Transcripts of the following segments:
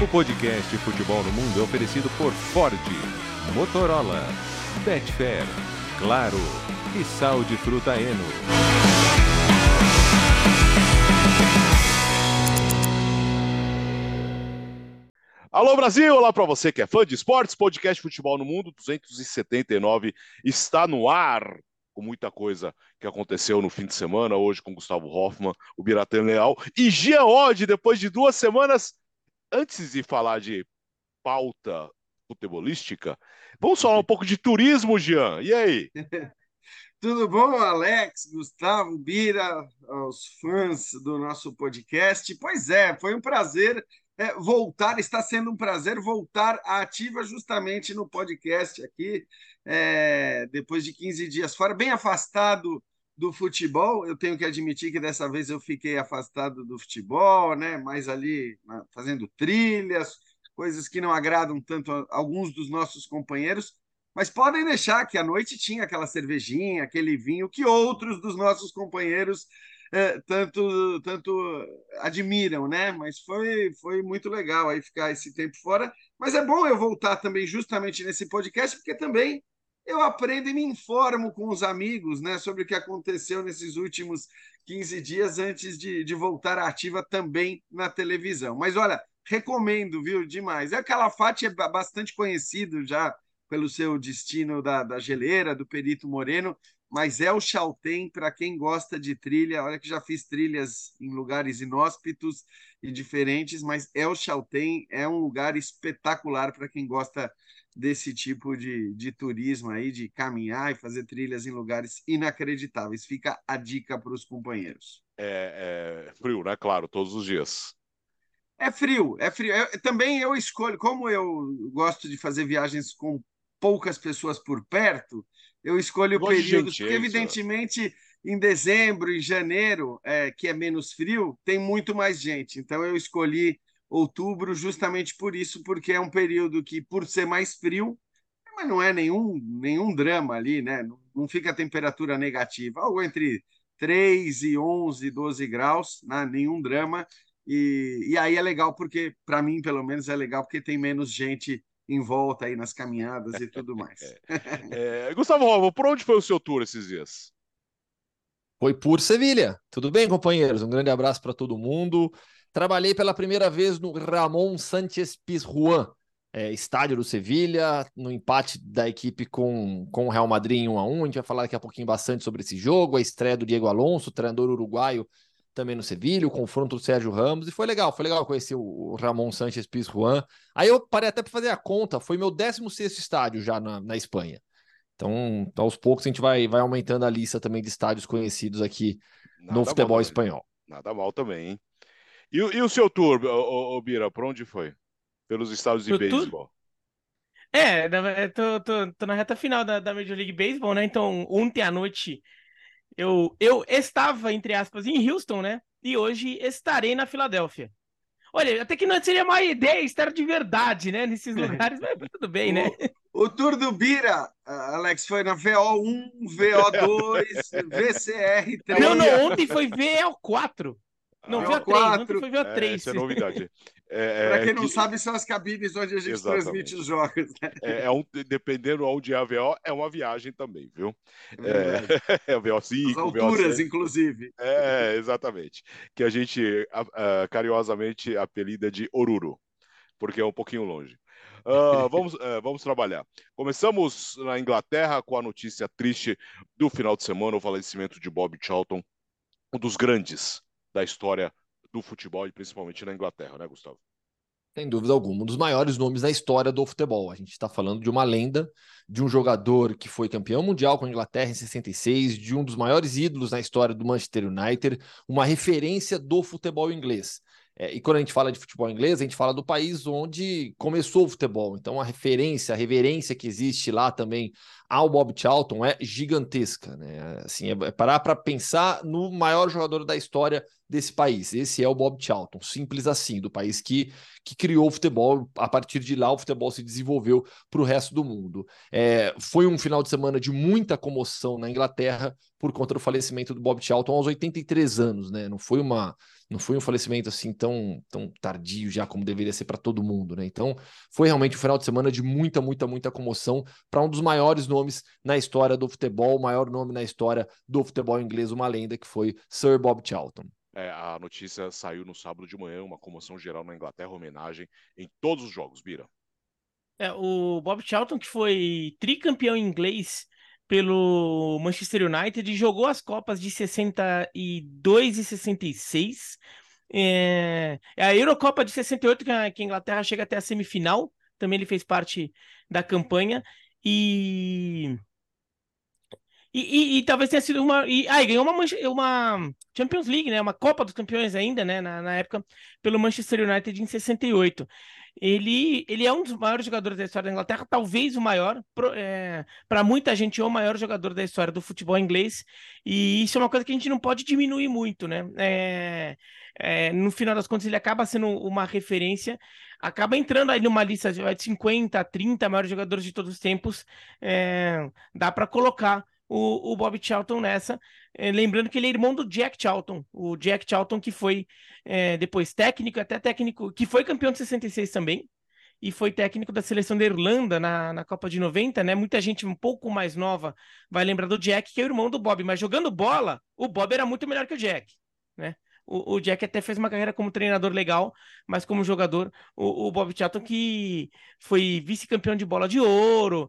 O podcast Futebol no Mundo é oferecido por Ford, Motorola, Betfair, Claro e Sal de Fruta Eno. Alô Brasil, olá para você que é fã de esportes, podcast Futebol no Mundo 279 está no ar, com muita coisa que aconteceu no fim de semana, hoje com Gustavo Hoffmann, o Biratan Leal e Jean Oddi, depois de 2 semanas. Antes de falar de pauta futebolística, vamos falar um pouco de turismo, Jean, e aí? Tudo bom, Alex, Gustavo, Bira, aos fãs do nosso podcast? Pois é, foi um prazer voltar, está sendo um prazer voltar à ativa justamente no podcast aqui, depois de 15 dias fora, bem afastado do futebol. Eu tenho que admitir que dessa vez eu fiquei afastado do futebol, né? Mais ali fazendo trilhas, coisas que não agradam tanto a alguns dos nossos companheiros. Mas podem deixar que à noite tinha aquela cervejinha, aquele vinho que outros dos nossos companheiros tanto admiram, né? Mas foi muito legal aí ficar esse tempo fora. Mas é bom eu voltar também justamente nesse podcast, porque também eu aprendo e me informo com os amigos, né, sobre o que aconteceu nesses últimos 15 dias antes de voltar à ativa também na televisão. Mas olha, recomendo, viu, demais. O Calafate é bastante conhecido já pelo seu destino da geleira, do Perito Moreno, mas El Chaltén, para quem gosta de trilha, olha que já fiz trilhas em lugares inóspitos e diferentes, mas El Chaltén é um lugar espetacular para quem gosta desse tipo de turismo aí, de caminhar e fazer trilhas em lugares inacreditáveis. Fica a dica para os companheiros. É frio, né? Claro, todos os dias. É frio, é frio. Também eu escolho, como eu gosto de fazer viagens com poucas pessoas por perto, eu escolho Gosto de períodos, gente, porque é isso. evidentemente em dezembro, em janeiro, que é menos frio, tem muito mais gente. Então eu escolhi outubro justamente por isso, porque é um período que, por ser mais frio, mas não é nenhum drama ali, né? Não fica a temperatura negativa, algo entre 3 e 11, 12 graus, né? Nenhum drama. E aí é legal porque, para mim, pelo menos, é legal porque tem menos gente em volta aí nas caminhadas e tudo mais. Gustavo Hoffmann, por onde foi o seu tour esses dias? Foi por Sevilha. Tudo bem, companheiros? Um grande abraço para todo mundo. Trabalhei pela primeira vez no Ramon Sánchez Pizjuán, estádio do Sevilha, no empate da equipe com o Real Madrid em 1-1. A gente vai falar daqui a pouquinho bastante sobre esse jogo, a estreia do Diego Alonso, treinador uruguaio também no Sevilha, o confronto do Sérgio Ramos, e foi legal conhecer o Ramon Sánchez Pizjuán. Aí eu parei até para fazer a conta, foi meu 16º estádio já na Espanha. Então, aos poucos a gente vai aumentando a lista também de estádios conhecidos aqui no futebol espanhol. Nada mal também, hein? E o seu tour, Bira, por onde foi? Pelos estádios de beisebol. Tô na reta final da Major League Baseball, né? Então, ontem à noite eu estava, entre aspas, em Houston, né? E hoje estarei na Filadélfia. Olha, até que não seria má ideia estar de verdade, né? Nesses lugares, mas tudo bem, né? O tour do Bira, Alex, foi na VO1, VO2, VCR3. Não, ontem foi VO4. Não, VO3, ontem foi VO3. Essa é novidade. Para quem não sabe, são as cabines onde a gente transmite os jogos. Né? Dependendo onde é a VO, é uma viagem também, viu? É o VO5, as alturas, VO6. Inclusive. Exatamente. Que a gente carinhosamente apelida de Oruro, porque é um pouquinho longe. Vamos trabalhar. Começamos na Inglaterra com a notícia triste do final de semana, o falecimento de Bob Charlton, um dos grandes da história do futebol e principalmente na Inglaterra, né, Gustavo? Sem dúvida alguma, um dos maiores nomes da história do futebol. A gente está falando de uma lenda, de um jogador que foi campeão mundial com a Inglaterra em 66, de um dos maiores ídolos na história do Manchester United, uma referência do futebol inglês. E quando a gente fala de futebol inglês, a gente fala do país onde começou o futebol. Então a reverência que existe lá também ao Bob Charlton é gigantesca, né? Assim, parar para pensar no maior jogador da história desse país. Esse é o Bob Charlton, simples assim, do país que criou o futebol. A partir de lá, o futebol se desenvolveu para o resto do mundo. Foi um final de semana de muita comoção na Inglaterra por conta do falecimento do Bob Charlton aos 83 anos, né? Não foi uma Não foi um falecimento assim tão tardio já como deveria ser para todo mundo, né? Então, foi realmente um final de semana de muita comoção para um dos maiores nomes na história do futebol, o maior nome na história do futebol inglês, uma lenda que foi Sir Bob Charlton. A notícia saiu no sábado de manhã, uma comoção geral na Inglaterra, homenagem em todos os jogos, Bira. O Bob Charlton, que foi tricampeão inglês pelo Manchester United, e jogou as Copas de 62 e 66. A Eurocopa de 68, que a Inglaterra chega até a semifinal, também ele fez parte da campanha. E talvez tenha sido uma. E ganhou uma Champions League, né? Uma Copa dos Campeões ainda, né? Na época, pelo Manchester United em 68. Ele é um dos maiores jogadores da história da Inglaterra, talvez o maior, para muita gente, o maior jogador da história do futebol inglês, e isso é uma coisa que a gente não pode diminuir muito, né? No final das contas, ele acaba sendo uma referência, acaba entrando aí numa lista de 50, 30 maiores jogadores de todos os tempos, dá para colocar o Bob Charlton nessa, lembrando que ele é irmão do Jack Charlton, o Jack Charlton que foi depois técnico, que foi campeão de 66 também, e foi técnico da seleção da Irlanda na Copa de 90, né? Muita gente um pouco mais nova vai lembrar do Jack, que é o irmão do Bob, mas jogando bola, o Bob era muito melhor que o Jack, né? O Jack até fez uma carreira como treinador legal, mas como jogador, o Bob Charlton, que foi vice-campeão de bola de ouro,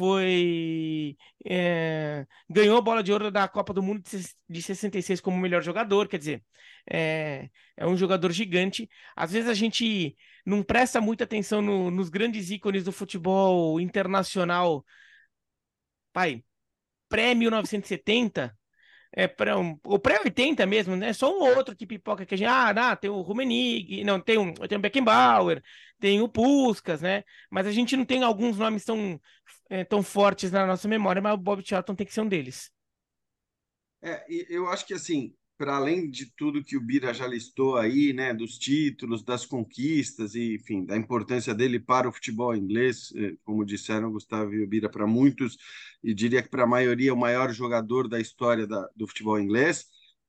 ganhou a bola de ouro da Copa do Mundo de 66 como melhor jogador, quer dizer, é um jogador gigante. Às vezes a gente não presta muita atenção nos grandes ícones do futebol internacional, pré-1970, o pré-80 mesmo, né? Só um ou outro que pipoca que a gente. Tem o Rummenigge, não, tem o Beckenbauer, tem o Puskás, né? Mas a gente não tem alguns nomes tão fortes na nossa memória, mas o Bob Charlton tem que ser um deles. E eu acho que, assim, para além de tudo que o Bira já listou aí, né, dos títulos, das conquistas, e, enfim, da importância dele para o futebol inglês, como disseram Gustavo e o Bira, para muitos, e diria que para a maioria, o maior jogador da história do futebol inglês,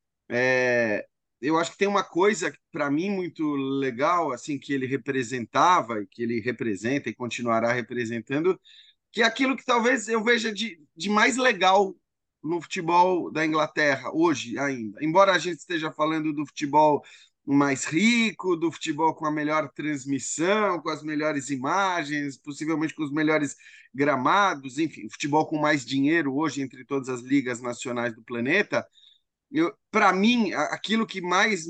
eu acho que tem uma coisa, para mim, muito legal, assim, que ele representava, e que ele representa e continuará representando, que é aquilo que talvez eu veja de mais legal no futebol da Inglaterra hoje ainda. Embora a gente esteja falando do futebol mais rico, do futebol com a melhor transmissão, com as melhores imagens, possivelmente com os melhores gramados, enfim, futebol com mais dinheiro hoje entre todas as ligas nacionais do planeta, para mim, aquilo que mais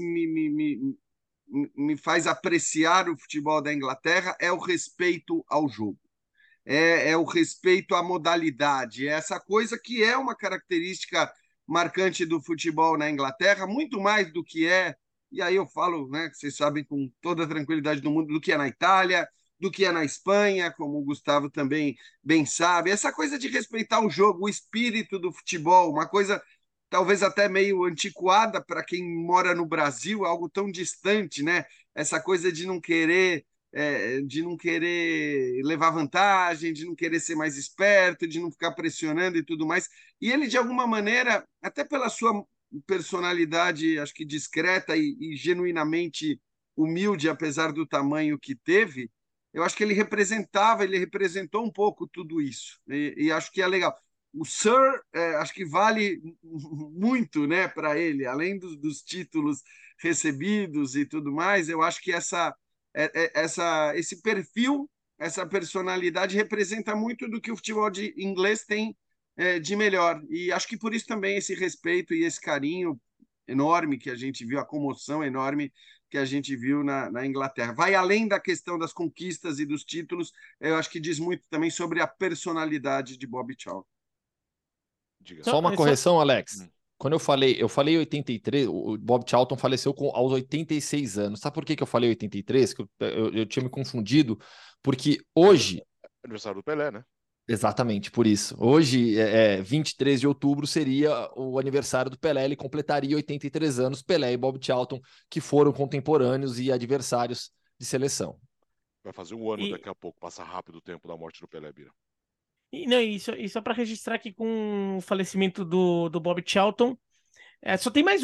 me faz apreciar o futebol da Inglaterra é o respeito ao jogo. É o respeito à modalidade, é essa coisa que é uma característica marcante do futebol na Inglaterra, muito mais do que e aí eu falo, né, que vocês sabem com toda a tranquilidade do mundo, do que é na Itália, do que é na Espanha, como o Gustavo também bem sabe, essa coisa de respeitar o jogo, o espírito do futebol, uma coisa talvez até meio antiquada para quem mora no Brasil, algo tão distante, né? Essa coisa de não querer levar vantagem, de não querer ser mais esperto, de não ficar pressionando e tudo mais. E ele, de alguma maneira, até pela sua personalidade, acho que discreta e genuinamente humilde, apesar do tamanho que teve, eu acho que ele representou um pouco tudo isso. E acho que é legal. O Sir, acho que vale muito, né, para ele, além dos títulos recebidos e tudo mais, eu acho que esse perfil, essa personalidade representa muito do que o futebol inglês tem de melhor. E acho que por isso também esse respeito e esse carinho enorme que a gente viu, a comoção enorme que a gente viu na Inglaterra. Vai além da questão das conquistas e dos títulos, eu acho que diz muito também sobre a personalidade de Bob Charlton. Só uma correção, Alex. Quando eu falei 83, o Bob Charlton faleceu aos 86 anos. Sabe por que eu falei 83? Que eu tinha me confundido, porque hoje... Aniversário do Pelé, né? Exatamente, por isso. Hoje, 23 de outubro, seria o aniversário do Pelé, ele completaria 83 anos, Pelé e Bob Charlton, que foram contemporâneos e adversários de seleção. Vai fazer um ano daqui a pouco, passa rápido o tempo da morte do Pelé, Bira. E só para registrar aqui com o falecimento do Bob Charlton, só tem mais um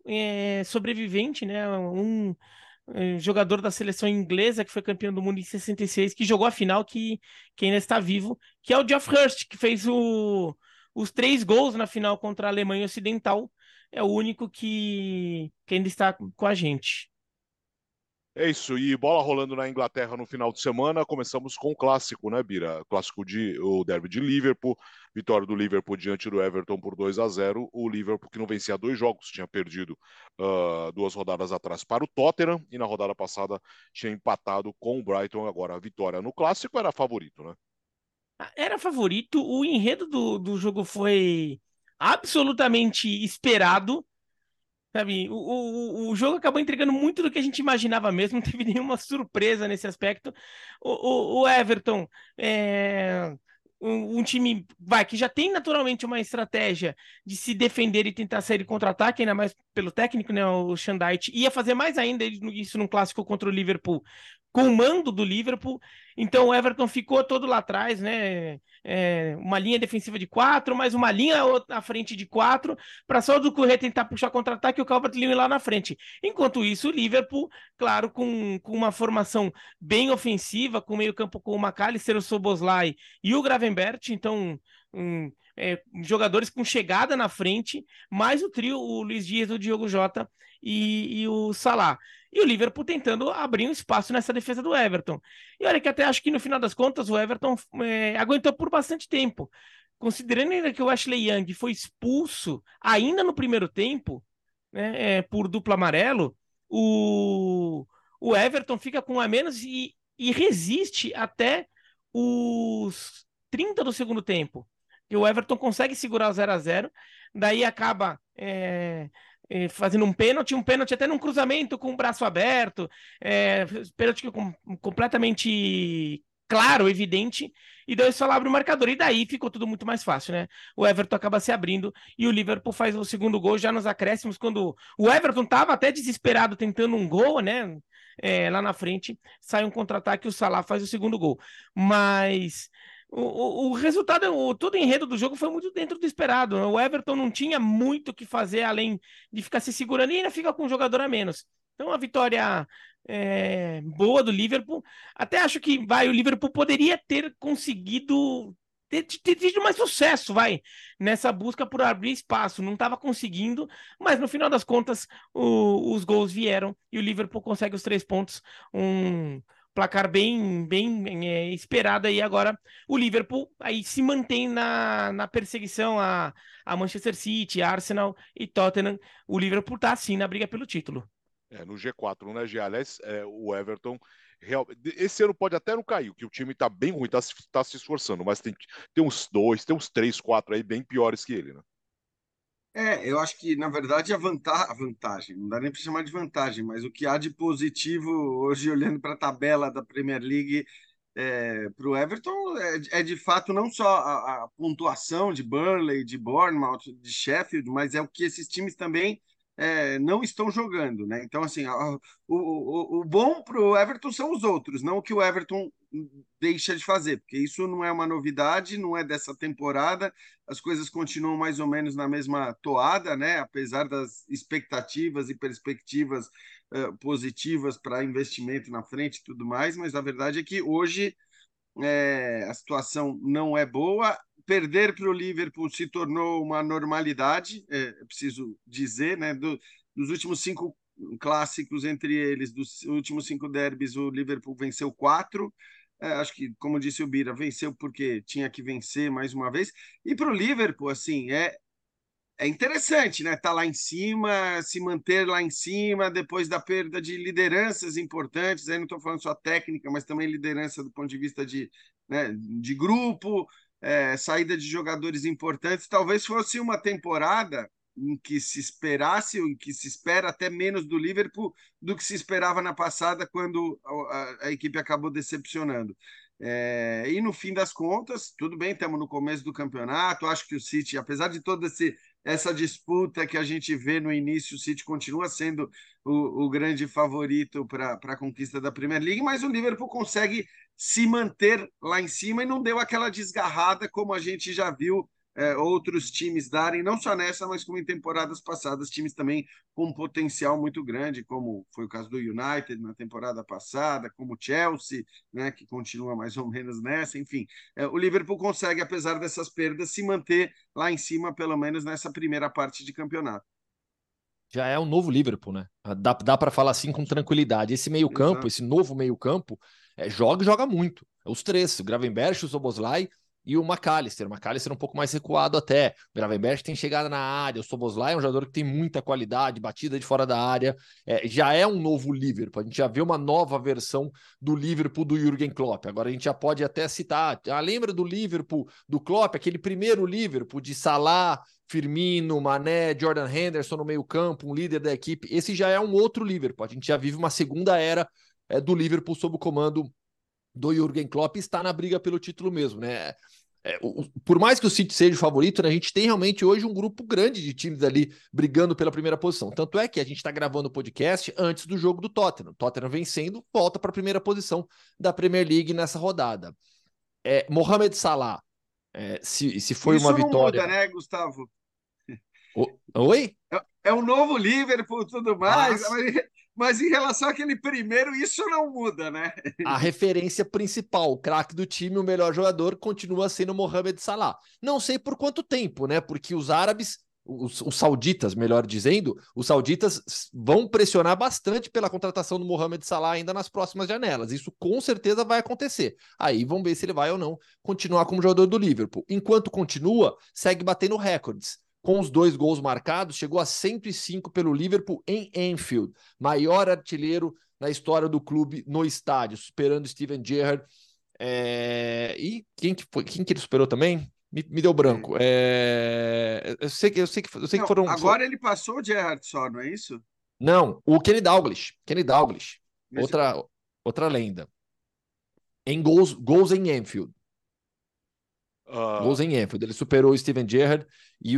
sobrevivente, né? Um jogador da seleção inglesa que foi campeão do mundo em 66, que jogou a final, que ainda está vivo, que é o Geoff Hurst, que fez os 3 gols na final contra a Alemanha Ocidental. É o único que ainda está com a gente. É isso, e bola rolando na Inglaterra no final de semana. Começamos com o clássico, né, Bira? O derby de Liverpool, vitória do Liverpool diante do Everton por 2-0. O Liverpool que não vencia 2 jogos, tinha perdido 2 rodadas atrás para o Tottenham e na rodada passada tinha empatado com o Brighton. Agora a vitória no clássico era favorito, né? Era favorito, o enredo do jogo foi absolutamente esperado. Sabe, o jogo acabou entregando muito do que a gente imaginava mesmo, não teve nenhuma surpresa nesse aspecto. O Everton é um time que já tem naturalmente uma estratégia de se defender e tentar sair de contra-ataque, ainda mais pelo técnico, né, o Shandite, ia fazer mais ainda isso num clássico contra o Liverpool, com o mando do Liverpool. Então o Everton ficou todo lá atrás, né? Uma linha defensiva de 4, mais uma linha à frente de 4, para só do Correia tentar puxar contra-ataque e o Calvert-Lewin lá na frente. Enquanto isso, o Liverpool, claro, com uma formação bem ofensiva, com meio campo com o McAllister, o Szoboszlai e o Gravenberch, então jogadores com chegada na frente, mais o trio, o Luiz Dias, o Diogo Jota e o Salah. E o Liverpool tentando abrir um espaço nessa defesa do Everton. E olha que até acho que no final das contas o Everton aguentou por bastante tempo. Considerando ainda que o Ashley Young foi expulso ainda no primeiro tempo, né, por duplo amarelo, o Everton fica com a menos e resiste até os 30 do segundo tempo. E o Everton consegue segurar o 0-0, daí acaba fazendo um pênalti até num cruzamento com o braço aberto, pênalti completamente claro, evidente, e daí só abre o marcador, e daí ficou tudo muito mais fácil, né? O Everton acaba se abrindo, e o Liverpool faz o segundo gol já nos acréscimos, quando o Everton estava até desesperado tentando um gol, né? Lá na frente, sai um contra-ataque e o Salah faz o segundo gol. Mas o resultado, todo o enredo do jogo foi muito dentro do esperado. O Everton não tinha muito o que fazer além de ficar se segurando e ainda fica com um jogador a menos. Então, a vitória boa do Liverpool. Até acho que o Liverpool poderia ter conseguido ter tido mais sucesso, nessa busca por abrir espaço. Não estava conseguindo, mas no final das contas, os gols vieram e o Liverpool consegue os 3 pontos. Um placar bem esperado aí. Agora o Liverpool aí se mantém na perseguição a Manchester City, Arsenal e Tottenham. O Liverpool tá assim na briga pelo título. No G4, né, G? Aliás, o Everton esse ano pode até não cair, que o time tá bem ruim, tá se esforçando, mas tem uns 2, tem uns 3, 4 aí bem piores que ele, né? Eu acho que, na verdade, a vantagem, não dá nem para chamar de vantagem, mas o que há de positivo hoje, olhando para a tabela da Premier League, para o Everton, de fato não só a pontuação de Burnley, de Bournemouth, de Sheffield, mas é o que esses times também não estão jogando, né? Então, assim, o bom para o Everton são os outros, não o que o Everton deixa de fazer, porque isso não é uma novidade, não é dessa temporada, as coisas continuam mais ou menos na mesma toada, né? Apesar das expectativas e perspectivas positivas para investimento na frente e tudo mais, mas a verdade é que hoje a situação não é boa. Perder para o Liverpool se tornou uma normalidade, é preciso dizer, né? Dos últimos 5 clássicos, entre eles, dos últimos 5 derbys, o Liverpool venceu 4. Acho que, como disse o Bira, venceu porque tinha que vencer mais uma vez. E para o Liverpool, assim, é interessante, né? Tá lá em cima, se manter lá em cima depois da perda de lideranças importantes. Aí não estou falando só técnica, mas também liderança do ponto de vista de grupo, saída de jogadores importantes. Talvez fosse uma temporada em que se esperasse, em que se espera até menos do Liverpool do que se esperava na passada, quando a equipe acabou decepcionando. E no fim das contas, tudo bem, estamos no começo do campeonato. Acho que o City, apesar de toda essa disputa que a gente vê no início, o City continua sendo o grande favorito para a conquista da Premier League, mas o Liverpool consegue se manter lá em cima e não deu aquela desgarrada como a gente já viu outros times darem, não só nessa, mas como em temporadas passadas, times também com um potencial muito grande, como foi o caso do United na temporada passada, como o Chelsea, né, que continua mais ou menos nessa, enfim. O Liverpool consegue, apesar dessas perdas, se manter lá em cima, pelo menos nessa primeira parte de campeonato. Já é um novo Liverpool, né? Dá para falar assim com tranquilidade. Esse meio-campo, Exato. esse novo meio-campo, joga e joga muito. Os três, o Gravenberch, o Szoboszlai e o McAllister. O McAllister um pouco mais recuado até. O Gravenberch tem chegada na área, o Szoboszlai é um jogador que tem muita qualidade, batida de fora da área. Já é um novo Liverpool. A gente já vê uma nova versão do Liverpool do Jürgen Klopp. Agora a gente já pode até citar. Lembra do Liverpool do Klopp, aquele primeiro Liverpool de Salah, Firmino, Mané, Jordan Henderson no meio-campo, um líder da equipe. Esse já é um outro Liverpool. A gente já vive uma segunda era do Liverpool sob o comando do Jürgen Klopp e está na briga pelo título mesmo, né? Por mais que o City seja o favorito, né, a gente tem realmente hoje um grupo grande de times ali brigando pela primeira posição. Tanto é que a gente está gravando o podcast antes do jogo do Tottenham. Tottenham vencendo, volta para a primeira posição da Premier League nessa rodada. Mohamed Salah, se foi Isso uma não vitória... muda, né, Gustavo? Oi? É o novo Liverpool e tudo mais, Mas mas em relação àquele primeiro, isso não muda, né? a referência principal, o craque do time, o melhor jogador, continua sendo o Mohamed Salah. Não sei por quanto tempo, né? Porque os árabes, os sauditas, melhor dizendo, os sauditas vão pressionar bastante pela contratação do Mohamed Salah ainda nas próximas janelas. Isso com certeza vai acontecer. Aí vamos ver se ele vai ou não continuar como jogador do Liverpool. Enquanto continua, segue batendo recordes. Com os 2 gols marcados, chegou a 105 pelo Liverpool em Anfield. Maior artilheiro na história do clube no estádio, superando Steven Gerrard. E quem que ele superou também? Me deu branco. Eu sei que Não, foram... agora ele passou o Gerrard só, não é isso? Não, o Kenny Dalglish. Kenny Dalglish. Mas, Outra lenda. Em gols em Anfield. Gols em Anfield. Ele superou o Steven Gerrard e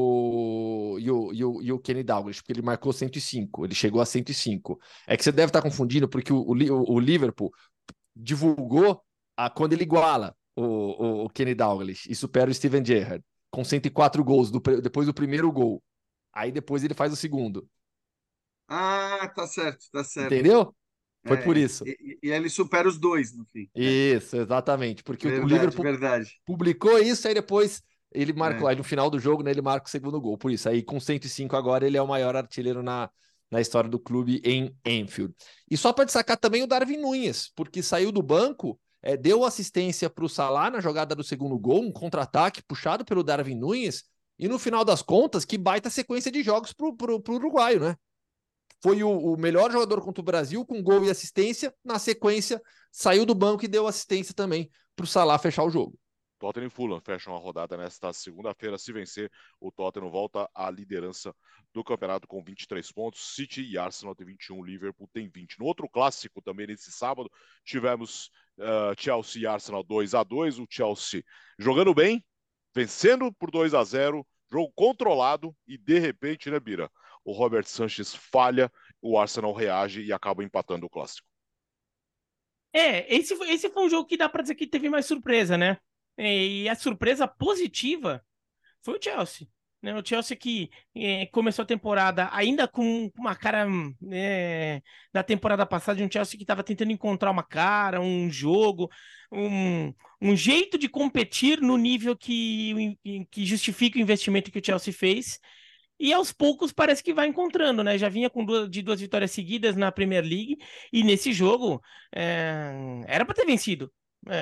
o Kenny Dalglish, porque ele marcou 105. Ele chegou a 105. É que você deve estar confundindo, porque o Liverpool divulgou quando ele iguala o Kenny Dalglish e supera o Steven Gerrard com 104 gols depois do primeiro gol. Aí depois ele faz o segundo. tá certo, tá certo. Entendeu? Foi por isso. E ele supera os 2 no fim. Isso, exatamente. Porque o Verdade, Liverpool verdade. publicou isso, aí depois ele marcou. É. Aí no final do jogo, né, ele marca o segundo gol. Por isso, aí com 105 agora, ele é o maior artilheiro na história do clube em Anfield. E só para destacar também o Darwin Núñez, porque saiu do banco, deu assistência para o Salah na jogada do segundo gol, um contra-ataque puxado pelo Darwin Núñez, e no final das contas, que baita sequência de jogos pro uruguaio, né? Foi o melhor jogador contra o Brasil, com gol e assistência. Na sequência, saiu do banco e deu assistência também para o Salah fechar o jogo. Tottenham e Fulham fecham a rodada nesta segunda-feira. Se vencer, o Tottenham volta à liderança do campeonato com 23 pontos. City e Arsenal tem 21, Liverpool tem 20. No outro clássico, também nesse sábado, tivemos Chelsea e Arsenal 2-2. O Chelsea jogando bem, vencendo por 2-0, jogo controlado e, de repente, né, Bira? O Robert Sanchez falha, o Arsenal reage e acaba empatando o clássico. Esse foi um jogo que dá pra dizer que teve mais surpresa, né? E a surpresa positiva foi o Chelsea. Né? O Chelsea que começou a temporada ainda com uma cara da temporada passada, de um Chelsea que estava tentando encontrar uma cara, um jogo, um jeito de competir no nível que justifica o investimento que o Chelsea fez. E aos poucos parece que vai encontrando, né? Já vinha com duas vitórias seguidas na Premier League e nesse jogo era para ter vencido.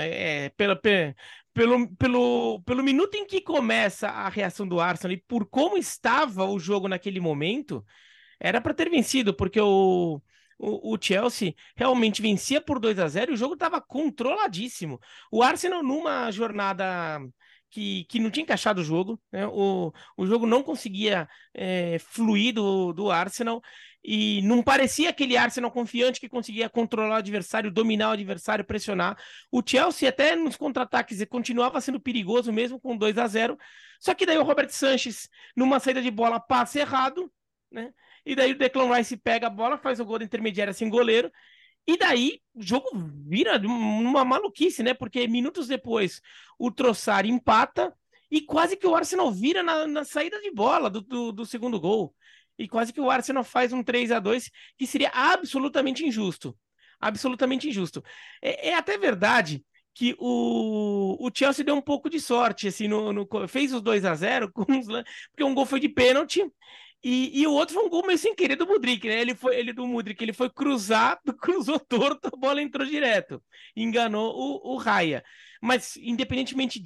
Pelo minuto em que começa a reação do Arsenal e por como estava o jogo naquele momento, era para ter vencido, porque o Chelsea realmente vencia por 2-0 e o jogo estava controladíssimo. O Arsenal numa jornada que não tinha encaixado o jogo, né? O jogo não conseguia fluir do Arsenal e não parecia aquele Arsenal confiante que conseguia controlar o adversário, dominar o adversário, pressionar. O Chelsea até nos contra-ataques continuava sendo perigoso mesmo com 2-0, só que daí o Robert Sanchez numa saída de bola passa errado, né? E daí o Declan Rice pega a bola, faz o gol da intermediária sem goleiro. E daí o jogo vira uma maluquice, né? Porque minutos depois o Trossard empata e quase que o Arsenal vira na saída de bola do segundo gol. E quase que o Arsenal faz um 3-2, que seria absolutamente injusto. Absolutamente injusto. É até verdade que o Chelsea deu um pouco de sorte, assim, fez os 2-0, porque um gol foi de pênalti, e o outro foi um gol meio sem querer do Mudryk, né? Ele foi cruzar, cruzou torto, a bola entrou direto, enganou o Raya. Mas, independentemente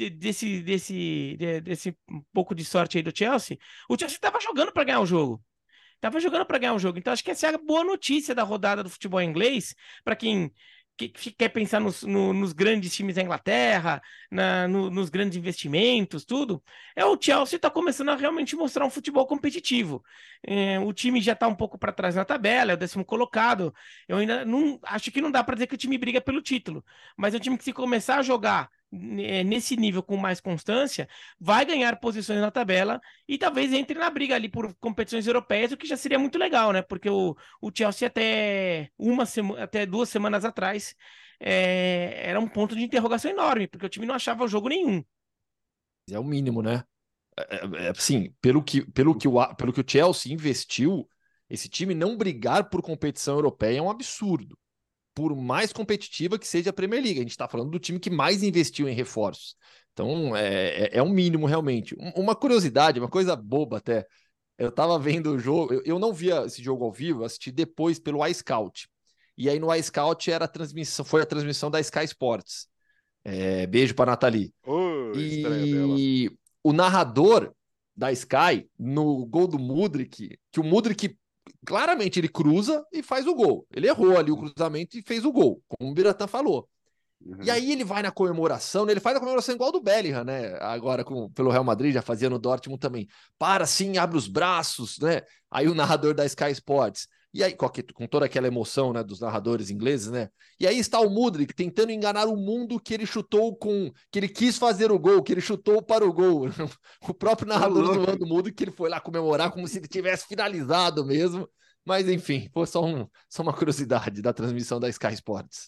desse pouco de sorte aí do Chelsea, o Chelsea estava jogando para ganhar o jogo. Tava jogando para ganhar o jogo. Então, acho que essa é a boa notícia da rodada do futebol inglês, para quem quer pensar nos grandes times da Inglaterra, nos grandes investimentos, tudo. O Chelsea está começando a realmente mostrar um futebol competitivo. O time já está um pouco para trás na tabela, é o 10º colocado. Eu ainda não acho que não dá para dizer que o time briga pelo título, mas é um time que, se começar a jogar nesse nível com mais constância, vai ganhar posições na tabela e talvez entre na briga ali por competições europeias, o que já seria muito legal, né? Porque o Chelsea até 2 semanas atrás era um ponto de interrogação enorme, porque o time não achava jogo nenhum. É o mínimo, né? Assim, pelo que o Chelsea investiu, esse time não brigar por competição europeia é um absurdo. Por mais competitiva que seja a Premier League. A gente está falando do time que mais investiu em reforços. Então, é um mínimo, realmente. Uma curiosidade, uma coisa boba até. Eu estava vendo o jogo, eu não via esse jogo ao vivo, eu assisti depois pelo iScout. E aí no iScout foi a transmissão da Sky Sports. Beijo para Nathalie. Estreia dela. E o narrador da Sky, no gol do Mudryk, que o Mudryk claramente ele cruza e faz o gol. Ele errou ali o cruzamento e fez o gol, como o Biratã falou. E aí ele vai na comemoração, né? Ele faz a comemoração igual do Bellingham, né? Agora pelo Real Madrid, já fazia no Dortmund também. Para assim, abre os braços, né? Aí o narrador da Sky Sports. E aí, com toda aquela emoção, né, dos narradores ingleses, né? E aí está o Mudryk tentando enganar o mundo que ele que ele quis fazer o gol, que ele chutou para o gol. O próprio narrador zoando o Mudryk, que ele foi lá comemorar como se ele tivesse finalizado mesmo. Mas enfim, foi só uma curiosidade da transmissão da Sky Sports.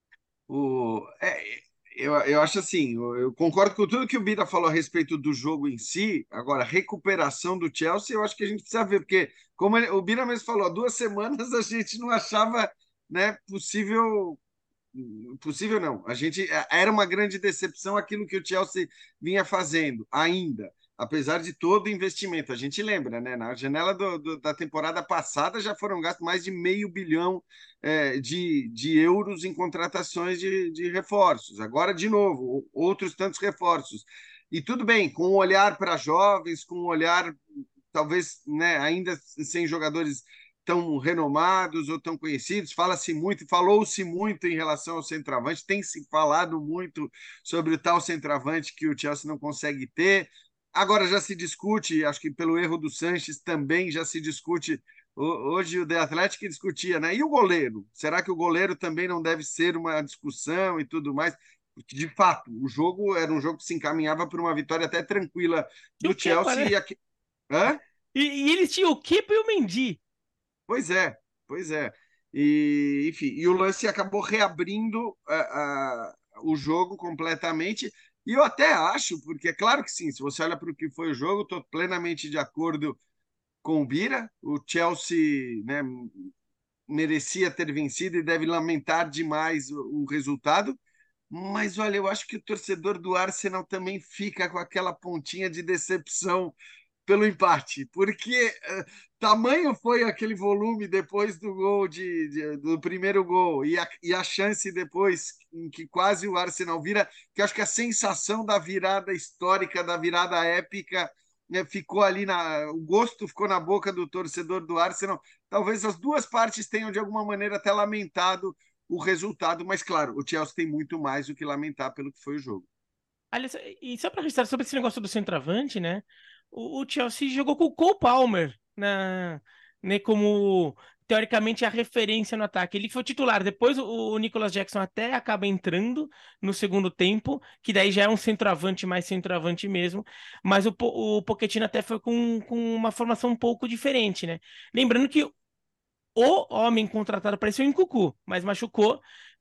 Eu acho assim, eu concordo com tudo que o Bira falou a respeito do jogo em si. Agora, recuperação do Chelsea, eu acho que a gente precisa ver, porque, como o Bira mesmo falou, há 2 semanas a gente não achava, né, possível não. A gente era uma grande decepção aquilo que o Chelsea vinha fazendo ainda, apesar de todo o investimento. A gente lembra, né? Na janela da temporada passada já foram gastos mais de $500 milhão de euros em contratações de reforços. Agora, de novo, outros tantos reforços. E tudo bem, com um olhar para jovens, com um olhar, talvez, né, ainda sem jogadores tão renomados ou tão conhecidos. Falou-se muito em relação ao centroavante, tem se falado muito sobre o tal centroavante que o Chelsea não consegue ter. Agora já se discute, acho que pelo erro do Sanches também já se discute. Hoje o The Athletic discutia, né? E o goleiro? Será que o goleiro também não deve ser uma discussão e tudo mais? Porque, de fato, o jogo era um jogo que se encaminhava para uma vitória até tranquila do Chelsea. Né? E eles tinham o Kepa e o Mendy. Pois é. E, enfim, e o lance acabou reabrindo o jogo completamente. E eu até acho, porque é claro que sim, se você olha para o que foi o jogo, estou plenamente de acordo com o Bira. O Chelsea, né, merecia ter vencido e deve lamentar demais o resultado. Mas olha, eu acho que o torcedor do Arsenal também fica com aquela pontinha de decepção pelo empate, porque tamanho foi aquele volume depois do gol do primeiro gol e a chance depois em que quase o Arsenal vira, que acho que a sensação da virada histórica, da virada épica, né, ficou ali o gosto ficou na boca do torcedor do Arsenal. Talvez as duas partes tenham de alguma maneira até lamentado o resultado, mas claro, o Chelsea tem muito mais do que lamentar pelo que foi o jogo. Aliás, e só para registrar sobre esse negócio do centroavante, né? O Chelsea jogou com o Cole Palmer, né, como teoricamente a referência no ataque. Ele foi titular. Depois o Nicolas Jackson até acaba entrando no segundo tempo, que daí já é um centroavante, mais centroavante mesmo. Mas o Pochettino até foi com uma formação um pouco diferente, né? Lembrando que o homem contratado parecia o Nkunku, mas machucou.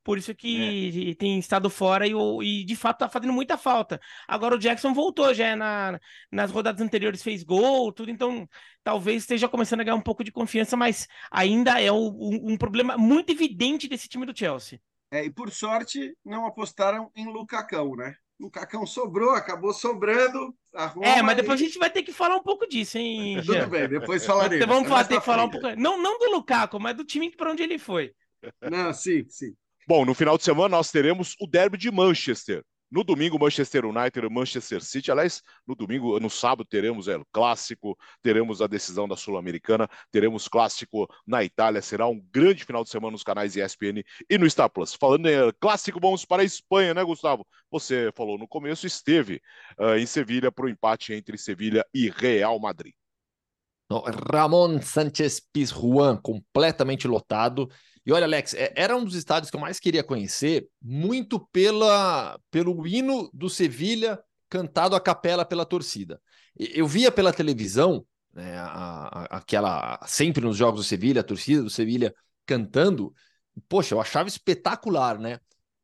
Por isso que tem estado fora e de fato tá fazendo muita falta. Agora o Jackson voltou já nas rodadas anteriores, fez gol, tudo, então talvez esteja começando a ganhar um pouco de confiança, mas ainda é um problema muito evidente desse time do Chelsea. E por sorte não apostaram em Lucacão, né? Lucacão sobrou, acabou sobrando a Roma. Mas depois a gente vai ter que falar um pouco disso, hein, Tudo Jean? bem, depois falaremos. Vamos ter que falar um pouco. Não do Lukaku, mas do time para onde ele foi. Não, sim. Bom, no final de semana nós teremos o derby de Manchester. No domingo, Manchester United e Manchester City. Aliás, no sábado, teremos o clássico, teremos a decisão da Sul-Americana, teremos clássico na Itália. Será um grande final de semana nos canais ESPN e no Star Plus. Falando em clássico, vamos para a Espanha, né, Gustavo? Você falou no começo, esteve em Sevilha para o empate entre Sevilha e Real Madrid. Ramon Sánchez Pizjuán, completamente lotado. E olha, Alex, era um dos estádios que eu mais queria conhecer, muito pelo hino do Sevilha cantado a capela pela torcida. Eu via pela televisão, né, sempre nos jogos do Sevilha, a torcida do Sevilha cantando. Poxa, eu achava espetacular, né?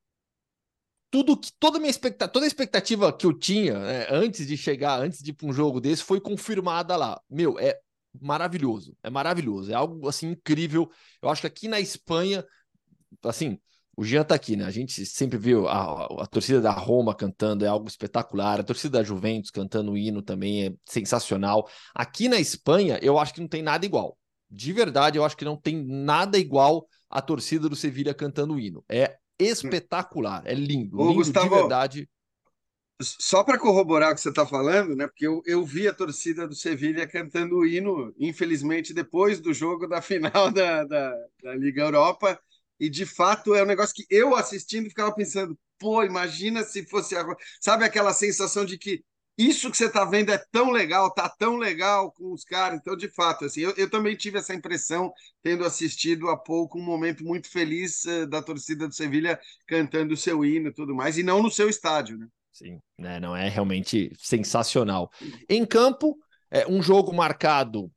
Toda a expectativa que eu tinha, né, antes de ir para um jogo desse foi confirmada lá. Meu, é maravilhoso, é algo assim incrível. Eu acho que aqui na Espanha, assim, o Jean tá aqui, né? A gente sempre viu a torcida da Roma cantando, é algo espetacular. A torcida da Juventus cantando o hino também é sensacional. Aqui na Espanha, eu acho que não tem nada igual. De verdade, eu acho que não tem nada igual a torcida do Sevilha cantando o hino. É espetacular, é lindo, lindo Gustavo, de verdade. Só para corroborar o que você está falando, né? Porque eu vi a torcida do Sevilha cantando o hino, infelizmente, depois do jogo da final da Liga Europa. E, de fato, é um negócio que eu assistindo ficava pensando, pô, imagina se fosse agora. Sabe aquela sensação de que isso que você está vendo é tão legal, tá tão legal com os caras. Então, de fato, assim, eu também tive essa impressão, tendo assistido há pouco um momento muito feliz da torcida do Sevilha cantando o seu hino e tudo mais, e não no seu estádio, né? Sim, né, não é realmente sensacional. Em campo, um jogo marcado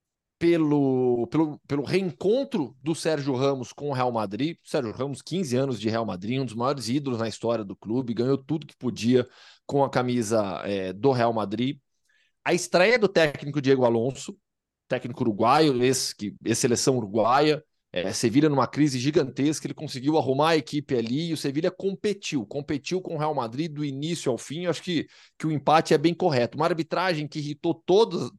pelo reencontro do Sérgio Ramos com o Real Madrid. Sérgio Ramos, 15 anos de Real Madrid, um dos maiores ídolos na história do clube, ganhou tudo que podia com a camisa do Real Madrid. A estreia do técnico Diego Alonso, técnico uruguaio, ex-seleção uruguaia. Sevilha numa crise gigantesca, ele conseguiu arrumar a equipe ali e o Sevilha competiu com o Real Madrid do início ao fim. Eu acho que o empate é bem correto. Uma arbitragem que irritou todos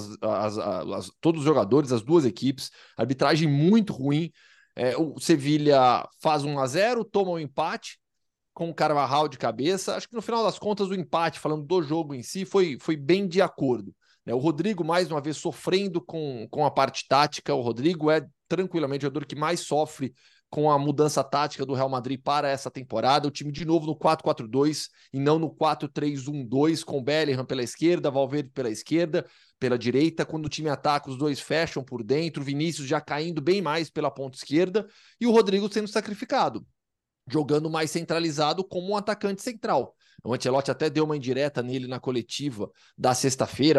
os jogadores, as duas equipes, arbitragem muito ruim. O Sevilha faz 1-0, toma um empate com o Carvajal de cabeça. Acho que no final das contas o empate, falando do jogo em si, foi bem de acordo. O Rodrigo, mais uma vez, sofrendo com a parte tática. O Rodrigo é tranquilamente o jogador que mais sofre com a mudança tática do Real Madrid para essa temporada. O time de novo no 4-4-2 e não no 4-3-1-2, com Bellingham pela esquerda, Valverde pela esquerda, pela direita. Quando o time ataca, os dois fecham por dentro, Vinícius já caindo bem mais pela ponta esquerda e o Rodrigo sendo sacrificado, jogando mais centralizado como um atacante central. O Ancelotti até deu uma indireta nele na coletiva da sexta-feira,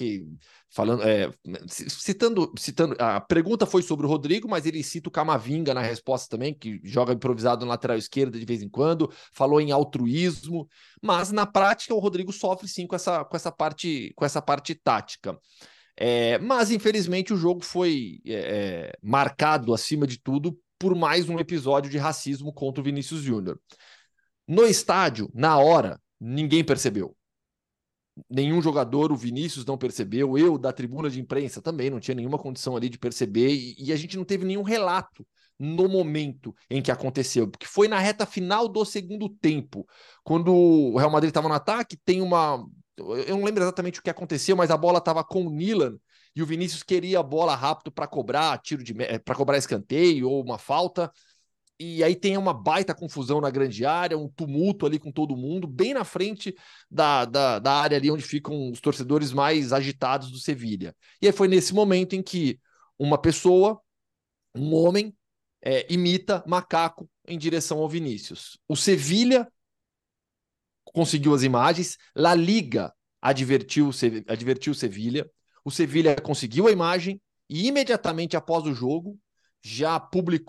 citando, a pergunta foi sobre o Rodrigo, mas ele cita o Camavinga na resposta também, que joga improvisado na lateral esquerda de vez em quando, falou em altruísmo, mas na prática o Rodrigo sofre sim com essa parte tática. Mas infelizmente o jogo foi marcado acima de tudo por mais um episódio de racismo contra o Vinícius Júnior. No estádio, na hora, ninguém percebeu. Nenhum jogador, o Vinícius não percebeu, eu da tribuna de imprensa também não tinha nenhuma condição ali de perceber e a gente não teve nenhum relato no momento em que aconteceu, porque foi na reta final do segundo tempo, quando o Real Madrid estava no ataque, eu não lembro exatamente o que aconteceu, mas a bola estava com o Nilan e o Vinícius queria a bola rápido para cobrar para cobrar escanteio ou uma falta. E aí tem uma baita confusão na grande área, um tumulto ali com todo mundo, bem na frente da área ali onde ficam os torcedores mais agitados do Sevilha. E aí foi nesse momento em que uma pessoa, um homem, imita macaco em direção ao Vinícius. O Sevilha conseguiu as imagens, La Liga advertiu o Sevilha, o Sevilha conseguiu a imagem e imediatamente após o jogo já publicou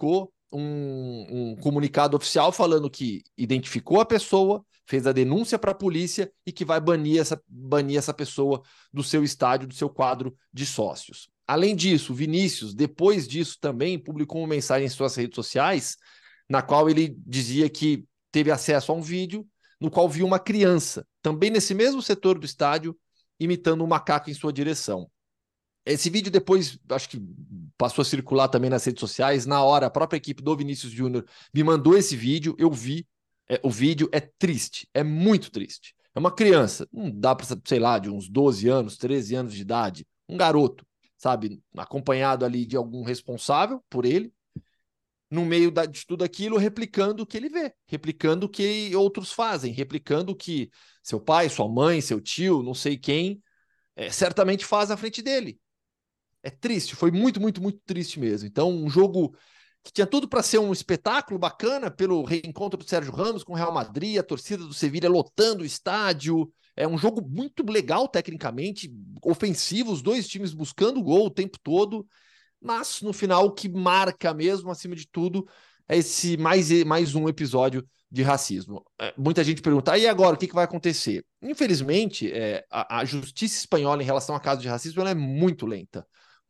um comunicado oficial falando que identificou a pessoa, fez a denúncia para a polícia e que vai banir essa pessoa do seu estádio, do seu quadro de sócios. Além disso, o Vinícius, depois disso também, publicou uma mensagem em suas redes sociais, na qual ele dizia que teve acesso a um vídeo no qual viu uma criança, também nesse mesmo setor do estádio, imitando um macaco em sua direção. Esse vídeo depois, acho que passou a circular também nas redes sociais. Na hora, a própria equipe do Vinícius Júnior me mandou esse vídeo, eu vi. O vídeo é triste, é muito triste. É uma criança, não dá para, sei lá, de uns 12 anos, 13 anos de idade, um garoto, sabe, acompanhado ali de algum responsável por ele, no meio de tudo aquilo, replicando o que ele vê, replicando o que outros fazem, replicando o que seu pai, sua mãe, seu tio, não sei quem, certamente faz à frente dele. É triste, foi muito, muito, muito triste mesmo. Então, um jogo que tinha tudo para ser um espetáculo bacana pelo reencontro do Sérgio Ramos com o Real Madrid, a torcida do Sevilha lotando o estádio. É um jogo muito legal tecnicamente, ofensivo, os dois times buscando gol o tempo todo, mas no final o que marca mesmo, acima de tudo, é esse mais um episódio de racismo. Muita gente pergunta, e agora, o que vai acontecer? Infelizmente, a justiça espanhola em relação a casos de racismo ela é muito lenta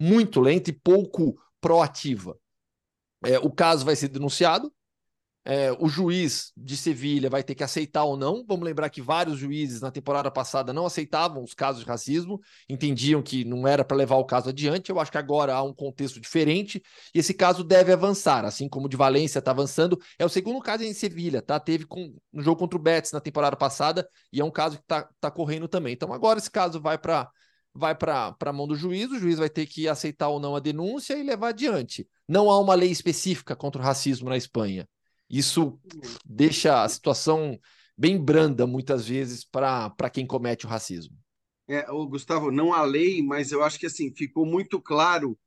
e pouco proativa. O caso vai ser denunciado, o juiz de Sevilha vai ter que aceitar ou não. Vamos lembrar que vários juízes na temporada passada não aceitavam os casos de racismo, entendiam que não era para levar o caso adiante. Eu acho que agora há um contexto diferente e esse caso deve avançar, assim como o de Valência está avançando. É o segundo caso em Sevilha, tá? Teve no jogo contra o Betis na temporada passada e é um caso que tá correndo também. Então agora esse caso vai para a mão do juiz, o juiz vai ter que aceitar ou não a denúncia e levar adiante. Não há uma lei específica contra o racismo na Espanha. Isso deixa a situação bem branda, muitas vezes, para quem comete o racismo. Gustavo, não há lei, mas eu acho que assim ficou muito claro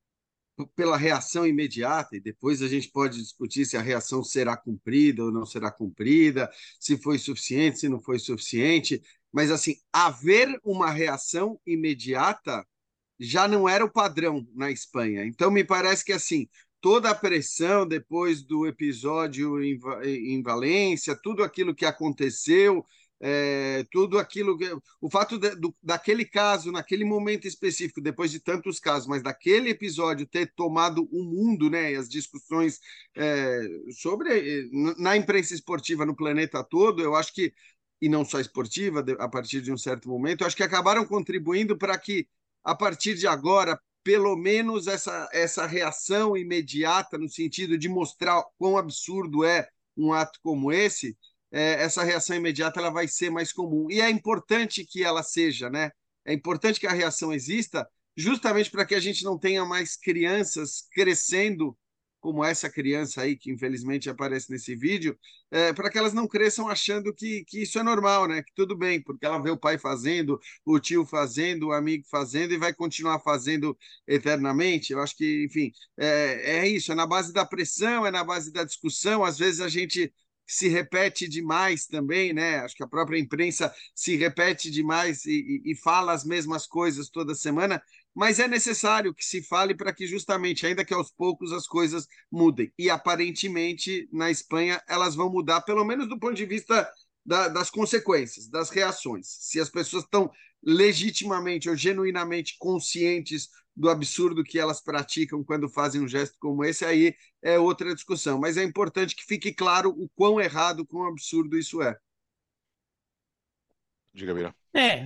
pela reação imediata, e depois a gente pode discutir se a reação será cumprida ou não será cumprida, se foi suficiente, se não foi suficiente, mas assim, haver uma reação imediata já não era o padrão na Espanha. Então, me parece que assim, toda a pressão depois do episódio em Valência, tudo aquilo que aconteceu, tudo aquilo que. O fato daquele caso, naquele momento específico, depois de tantos casos, mas daquele episódio ter tomado o mundo, né, e as discussões na imprensa esportiva no planeta todo, eu acho que, e não só esportiva, a partir de um certo momento, eu acho que acabaram contribuindo para que, a partir de agora, pelo menos essa reação imediata, no sentido de mostrar quão absurdo é um ato como esse, essa reação imediata ela vai ser mais comum. E é importante que ela seja, né? É importante que a reação exista, justamente para que a gente não tenha mais crianças crescendo como essa criança aí, que infelizmente aparece nesse vídeo, para que elas não cresçam achando que isso é normal, né? Que tudo bem, porque ela vê o pai fazendo, o tio fazendo, o amigo fazendo e vai continuar fazendo eternamente. Eu acho que, enfim, é isso, é na base da pressão, é na base da discussão. Às vezes a gente se repete demais também, né? Acho que a própria imprensa se repete demais e fala as mesmas coisas toda semana, mas é necessário que se fale para que justamente, ainda que aos poucos, as coisas mudem. E aparentemente, na Espanha, elas vão mudar, pelo menos do ponto de vista das consequências, das reações. Se as pessoas estão legitimamente ou genuinamente conscientes do absurdo que elas praticam quando fazem um gesto como esse, aí é outra discussão. Mas é importante que fique claro o quão errado, quão absurdo isso é. Diga, Bira.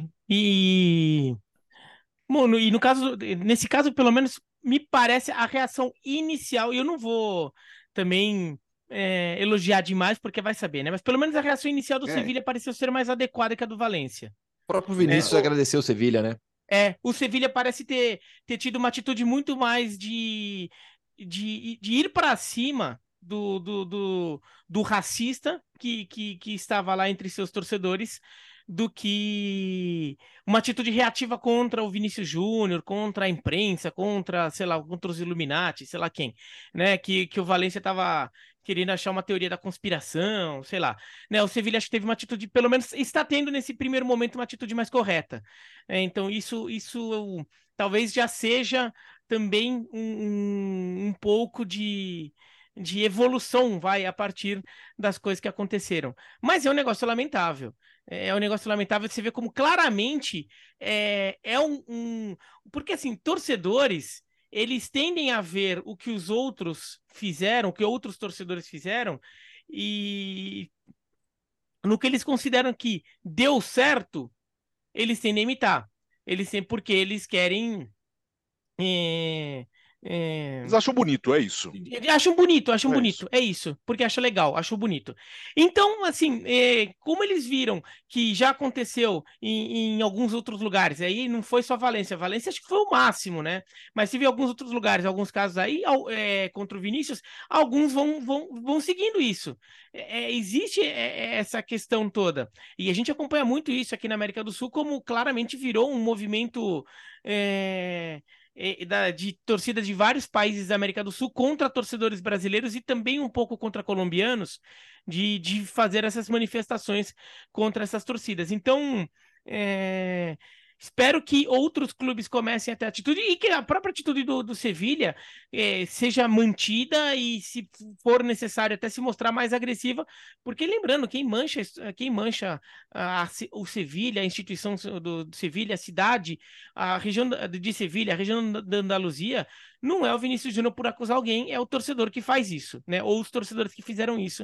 Mano, e no caso, nesse caso, pelo menos, me parece a reação inicial, e eu não vou também elogiar demais, porque vai saber, né? Mas pelo menos a reação inicial do Sevilha pareceu ser mais adequada que a do Valência. O próprio Vinícius agradeceu o Sevilha, né? O Sevilha parece ter tido uma atitude muito mais de ir para cima do racista que estava lá entre seus torcedores, do que uma atitude reativa contra o Vinícius Júnior, contra a imprensa, contra, sei lá, contra os Illuminati, sei lá quem, né? Que o Valência estava querendo achar uma teoria da conspiração, sei lá. Né? O Sevilha acho que teve uma atitude, pelo menos está tendo nesse primeiro momento uma atitude mais correta. Então isso talvez já seja também um pouco de de evolução, a partir das coisas que aconteceram. Mas é um negócio lamentável. É um negócio lamentável de você ver como claramente porque, assim, torcedores, eles tendem a ver o que os outros fizeram, o que outros torcedores fizeram, e no que eles consideram que deu certo, eles tendem a imitar. Porque eles querem... Eles acham bonito, é isso. Acham bonito, É isso. é isso, porque acham legal, acham bonito. Então, assim, como eles viram que já aconteceu em alguns outros lugares, aí não foi só Valência acho que foi o máximo, né? Mas se vê alguns outros lugares, alguns casos aí, contra o Vinícius, alguns vão seguindo isso. Existe essa questão toda. E a gente acompanha muito isso aqui na América do Sul, como claramente virou um movimento... de torcida de vários países da América do Sul contra torcedores brasileiros e também um pouco contra colombianos, de fazer essas manifestações contra essas torcidas. Então, espero que outros clubes comecem a ter atitude e que a própria atitude do Sevilha seja mantida e, se for necessário, até se mostrar mais agressiva, porque lembrando, quem mancha o Sevilha, a instituição do Sevilha, a cidade, a região de Sevilha, a região da Andaluzia, não é o Vinícius Júnior por acusar alguém, é o torcedor que faz isso, né? Ou os torcedores que fizeram isso.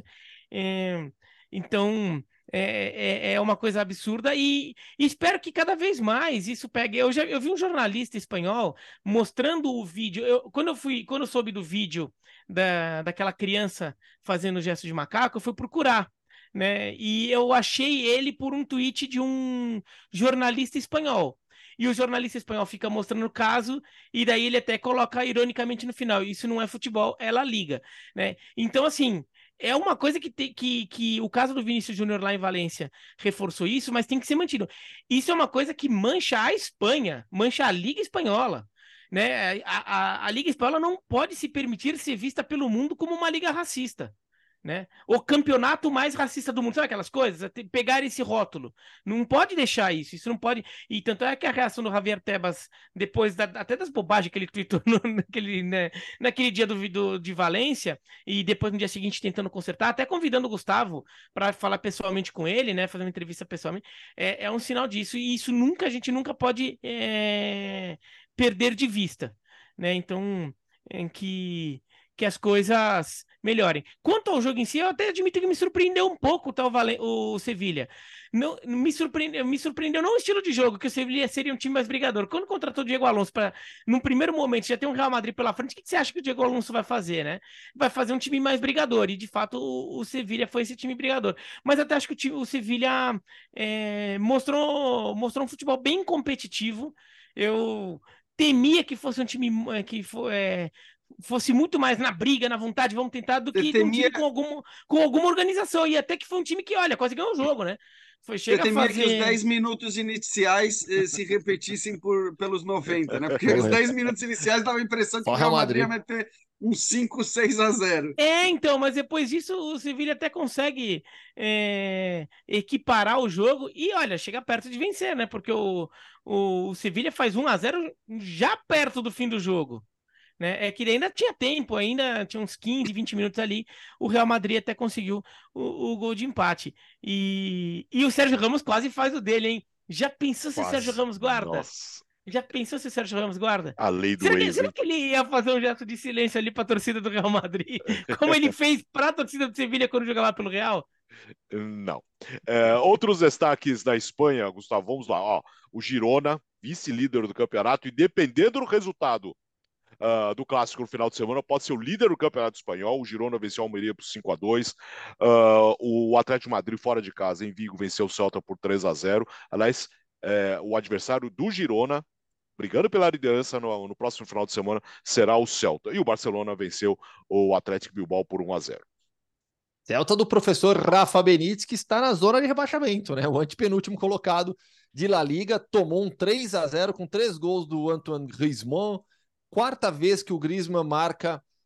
Então, é uma coisa absurda e espero que cada vez mais isso pegue. Eu vi um jornalista espanhol mostrando o vídeo. Quando eu soube do vídeo daquela criança fazendo gesto de macaco, eu fui procurar, né? E eu achei ele por um tweet de um jornalista espanhol. E o jornalista espanhol fica mostrando o caso, e daí ele até coloca ironicamente no final: isso não é futebol, é La Liga, né? Então, assim, é uma coisa que o caso do Vinícius Júnior lá em Valência reforçou isso, mas tem que ser mantido. Isso é uma coisa que mancha a Espanha, mancha a Liga Espanhola, né? A Liga Espanhola não pode se permitir ser vista pelo mundo como uma liga racista, né? O campeonato mais racista do mundo, sabe aquelas coisas? Pegar esse rótulo. Não pode deixar isso não pode. E tanto é que a reação do Javier Tebas, depois até das bobagens que ele tweetou naquele dia de Valência, e depois no dia seguinte tentando consertar, até convidando o Gustavo para falar pessoalmente com ele, né? Fazer uma entrevista pessoalmente, é um sinal disso, e isso a gente nunca pode perder de vista, né? Então, que as coisas melhorem. Quanto ao jogo em si, eu até admito que me surpreendeu um pouco o Sevilha. Não, me surpreendeu não o estilo de jogo, que o Sevilha seria um time mais brigador. Quando contratou o Diego Alonso para, num primeiro momento, já ter um Real Madrid pela frente, o que você acha que o Diego Alonso vai fazer, né? Vai fazer um time mais brigador, e de fato o Sevilha foi esse time brigador. Mas até acho que o Sevilha mostrou um futebol bem competitivo. Eu temia que fosse um time fosse muito mais na briga, na vontade, vamos tentar, do que um time com alguma organização. E até que foi um time que, olha, quase ganhou o jogo, né? Você temia que os 10 minutos iniciais se repetissem pelos 90, né? Porque os 10 minutos iniciais dava a impressão que o Real Madrid ia meter um 5-6-0. Então, mas depois disso o Sevilha até consegue equiparar o jogo e, olha, chega perto de vencer, né? Porque o Sevilha faz 1-0 já perto do fim do jogo, né? É que ainda tinha tempo, ainda tinha uns 15, 20 minutos ali. O Real Madrid até conseguiu o gol de empate. E o Sérgio Ramos quase faz o dele, hein? Já pensou se o Sérgio Ramos guarda? Nossa. Já pensou se o Sérgio Ramos guarda? A lei do ex, será que ele ia fazer um gesto de silêncio ali para a torcida do Real Madrid? Como ele fez para a torcida do Sevilha quando jogava pelo Real? Não. Outros destaques da Espanha, Gustavo, vamos lá. Ó, o Girona, vice-líder do campeonato, e dependendo do resultado do clássico no final de semana, pode ser o líder do campeonato espanhol. O Girona venceu a Almeria por 5-2. O Atlético de Madrid, fora de casa, em Vigo, venceu o Celta por 3-0. Aliás, o adversário do Girona, brigando pela liderança no próximo final de semana, será o Celta. E o Barcelona venceu o Atlético Bilbao por 1-0. Celta do professor Rafa Benítez, que está na zona de rebaixamento, né? O antepenúltimo colocado de La Liga, tomou um 3-0 com 3 gols do Antoine Griezmann. Quarta vez que o Griezmann marca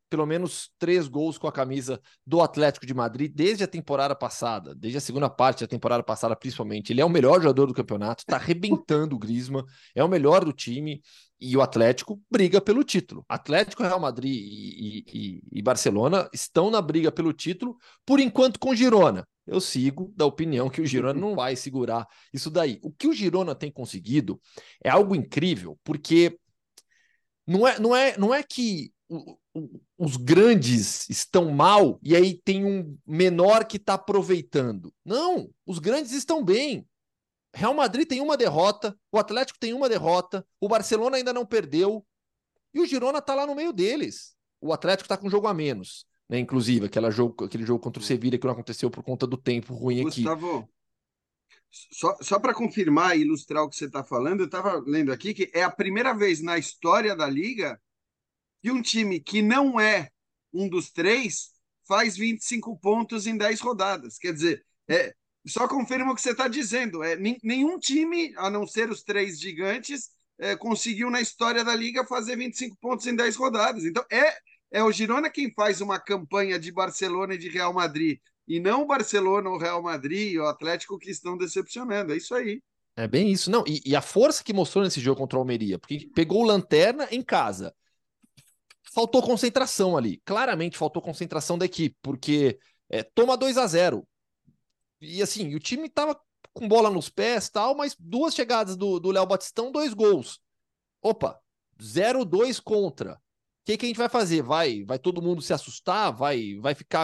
pelo menos 3 gols com a camisa do Atlético de Madrid desde a temporada passada, desde a segunda parte da temporada passada principalmente. Ele é o melhor jogador do campeonato, tá arrebentando o Griezmann, é o melhor do time, e o Atlético briga pelo título. Atlético, Real Madrid e Barcelona estão na briga pelo título, por enquanto com Girona. Eu sigo da opinião que o Girona não vai segurar isso daí. O que o Girona tem conseguido é algo incrível, porque não é que os grandes estão mal e aí tem um menor que está aproveitando. Não, os grandes estão bem. Real Madrid tem uma derrota, o Atlético tem uma derrota, o Barcelona ainda não perdeu e o Girona está lá no meio deles. O Atlético está com um jogo a menos, né? Inclusive aquele jogo contra o Sevilla que não aconteceu por conta do tempo ruim aqui. Gustavo, só para confirmar e ilustrar o que você está falando, eu estava lendo aqui que é a primeira vez na história da Liga que um time que não é um dos 3 faz 25 pontos em 10 rodadas. Quer dizer, só confirma o que você está dizendo. Nenhum time, a não ser os 3 gigantes, conseguiu na história da Liga fazer 25 pontos em 10 rodadas. Então, é o Girona quem faz uma campanha de Barcelona e de Real Madrid, e não o Barcelona, o Real Madrid e o Atlético que estão decepcionando. É isso aí. É bem isso. Não, e a força que mostrou nesse jogo contra o Almeria, porque pegou o Lanterna em casa. Faltou concentração ali. Claramente faltou concentração da equipe, porque toma 2-0. E assim, o time tava com bola nos pés e tal, mas 2 chegadas do Léo Batistão, 2 gols. Opa, 0-2 contra. O que a gente vai fazer? Vai todo mundo se assustar? Vai ficar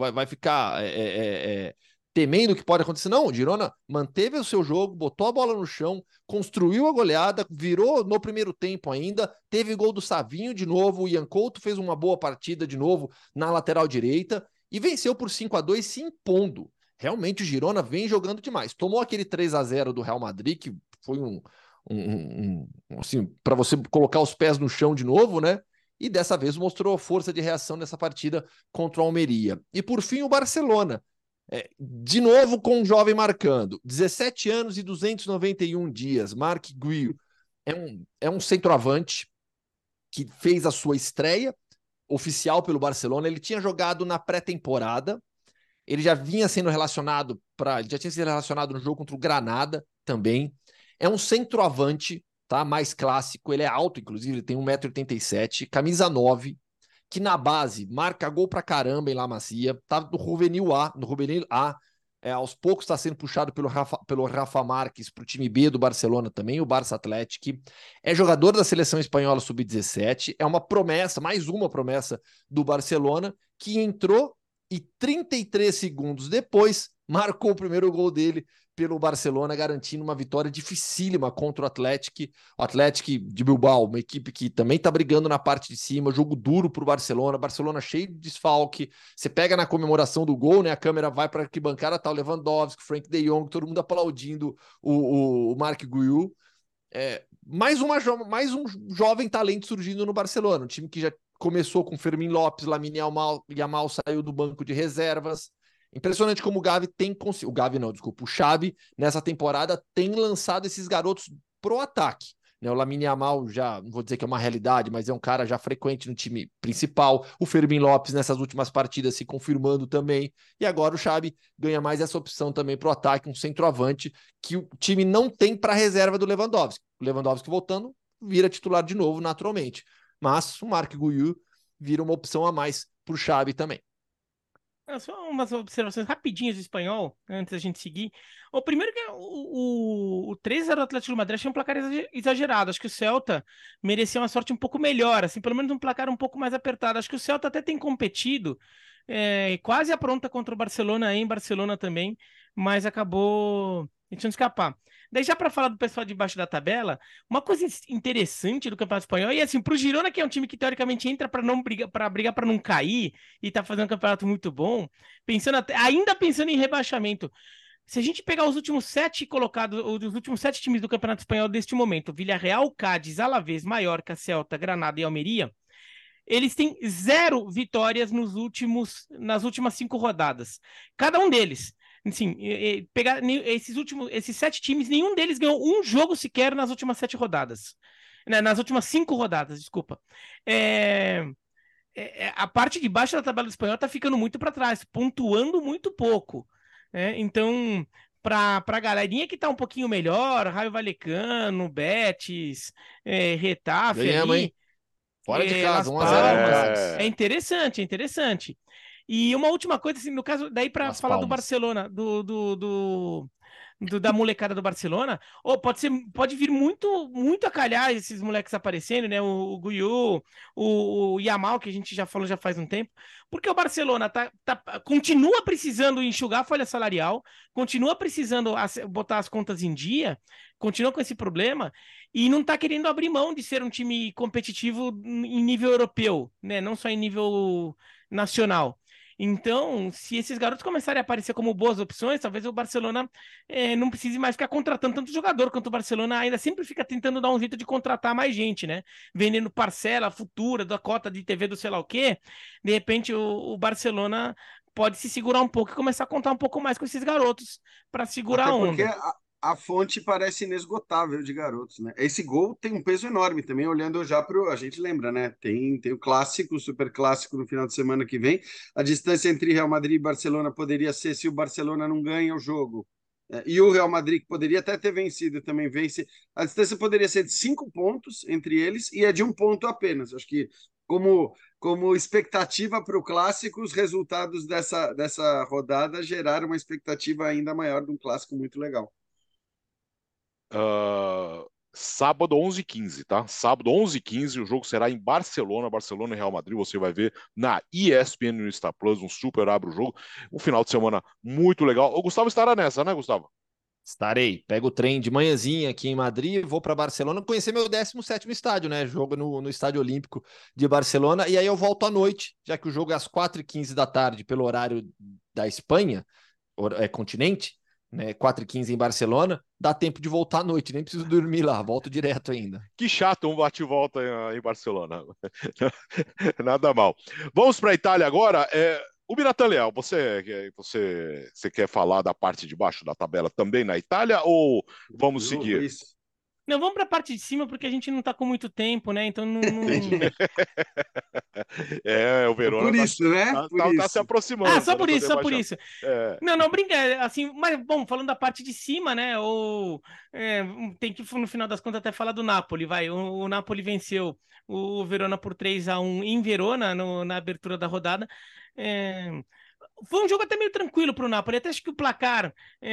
temendo o que pode acontecer? Não, o Girona manteve o seu jogo, botou a bola no chão, construiu a goleada, virou no primeiro tempo ainda, teve gol do Savinho de novo, o Ian Couto fez uma boa partida de novo na lateral direita e venceu por 5-2 se impondo. Realmente o Girona vem jogando demais. Tomou aquele 3-0 do Real Madrid, que foi assim, para você colocar os pés no chão de novo, né? E dessa vez mostrou força de reação nessa partida contra o Almeria. E por fim o Barcelona, de novo com um jovem marcando, 17 anos e 291 dias, Marc Guiu, é um centroavante que fez a sua estreia oficial pelo Barcelona. Ele tinha jogado na pré-temporada, ele já vinha sendo relacionado já tinha sido relacionado no jogo contra o Granada também. É um centroavante, tá? Mais clássico, ele é alto, inclusive, ele tem 1,87 m, camisa 9, que na base marca gol pra caramba em La Masia, tá no Juvenil A, aos poucos está sendo puxado pelo Rafa Marques pro time B do Barcelona também, o Barça Atlético. É jogador da seleção espanhola sub-17, é uma promessa, mais uma promessa do Barcelona, que entrou e 33 segundos depois marcou o primeiro gol dele pelo Barcelona, garantindo uma vitória dificílima contra o Atlético de Bilbao, uma equipe que também está brigando na parte de cima, jogo duro para o Barcelona cheio de desfalque. Você pega na comemoração do gol, né? A câmera vai para a arquibancada, tá o Lewandowski, Frank de Jong, todo mundo aplaudindo o Marc Guiu. Mais um jovem talento surgindo no Barcelona, um time que já começou com Fermín López, Lamine Yamal saiu do banco de reservas. Impressionante como o Gavi o Xavi, nessa temporada, tem lançado esses garotos pro ataque. Né? O Lamine Yamal já, não vou dizer que é uma realidade, mas é um cara já frequente no time principal. O Fermín López nessas últimas partidas se confirmando também. E agora o Xavi ganha mais essa opção também pro ataque, um centroavante que o time não tem para reserva do Lewandowski. O Lewandowski voltando, vira titular de novo, naturalmente. Mas o Marc Guiu vira uma opção a mais pro Xavi também. Só umas observações rapidinhas do espanhol, antes da gente seguir. O primeiro que o 3-0 do Atlético de Madrid achei um placar exagerado. Acho que o Celta merecia uma sorte um pouco melhor, assim, pelo menos um placar um pouco mais apertado. Acho que o Celta até tem competido, quase apronta contra o Barcelona em Barcelona também, mas acabou deixando escapar. Daí já para falar do pessoal debaixo da tabela, uma coisa interessante do Campeonato Espanhol, e assim, pro Girona, que é um time que teoricamente entra para brigar para não cair, e tá fazendo um campeonato muito bom, ainda pensando em rebaixamento. Se a gente pegar os últimos 7 colocados, os últimos 7 times do Campeonato Espanhol deste momento, Villarreal, Cádiz, Alavés, Mallorca, Celta, Granada e Almeria, eles têm 0 vitórias nas últimas 5 rodadas. Cada um deles. Assim, pegar esses 7 times, nenhum deles ganhou um jogo sequer nas últimas 7 rodadas. Nas últimas 5 rodadas, desculpa. a parte de baixo da tabela do espanhol tá ficando muito para trás, pontuando muito pouco, né? Então, para a galerinha que tá um pouquinho melhor, Raio Vallecano, Betis, Getafe Ganhamos, ali, hein? Fora de casa, Las 1-0 no Palmas, Cádiz. é interessante, é interessante. E uma última coisa, assim, no caso, daí para Las falar do Palmas. Barcelona, da molecada do Barcelona, pode vir muito a calhar esses moleques aparecendo, né? O Guiú, o Yamal, que a gente já falou já faz um tempo, porque o Barcelona continua precisando enxugar a folha salarial, continua precisando botar as contas em dia, continua com esse problema e não tá querendo abrir mão de ser um time competitivo em nível europeu, né? Não só em nível nacional. Então, se esses garotos começarem a aparecer como boas opções, talvez o Barcelona não precise mais ficar contratando tanto jogador, quanto o Barcelona ainda sempre fica tentando dar um jeito de contratar mais gente, né? Vendendo parcela futura da cota de TV do sei lá o quê. De repente, o Barcelona pode se segurar um pouco e começar a contar um pouco mais com esses garotos para segurar Até a porque onda. a fonte parece inesgotável de garotos, né? Esse gol tem um peso enorme também, olhando já para a gente lembra, né? Tem o clássico, o super clássico no final de semana que vem. A distância entre Real Madrid e Barcelona poderia ser se o Barcelona não ganha o jogo. E o Real Madrid, que poderia até ter vencido, também vence. A distância poderia ser de 5 pontos entre eles e é de 1 ponto apenas. Acho que como expectativa para o clássico, os resultados dessa rodada geraram uma expectativa ainda maior de um clássico muito legal. Sábado 11h15, tá? Sábado 11h15, o jogo será em Barcelona, Barcelona e Real Madrid. Você vai ver na ESPN no Star Plus, um super abre o jogo. Um final de semana muito legal. O Gustavo estará nessa, né, Gustavo? Estarei. Pego o trem de manhãzinha aqui em Madrid, vou para Barcelona conhecer meu 17º estádio, né? Jogo no Estádio Olímpico de Barcelona. E aí eu volto à noite, já que o jogo é às 4h15 da tarde, pelo horário da Espanha, continente, né? 4h15 em Barcelona. Dá tempo de voltar à noite, nem preciso dormir lá, volto direto ainda. Que chato um bate e volta em Barcelona. Nada mal. Vamos para a Itália agora. O Biratan Leal, você quer falar da parte de baixo da tabela também na Itália ou vamos seguir? Isso. Não, vamos para a parte de cima porque a gente não está com muito tempo, né? Então não. O Verona Por isso, né? tá se aproximando. Só por isso, só por isso. É. Não, brinca, assim, mas bom, falando da parte de cima, né? Tem que, no final das contas, até falar do Napoli, vai. O Napoli venceu o Verona por 3-1 em Verona, na abertura da rodada. Foi um jogo até meio tranquilo para o Napoli. Até acho que o placar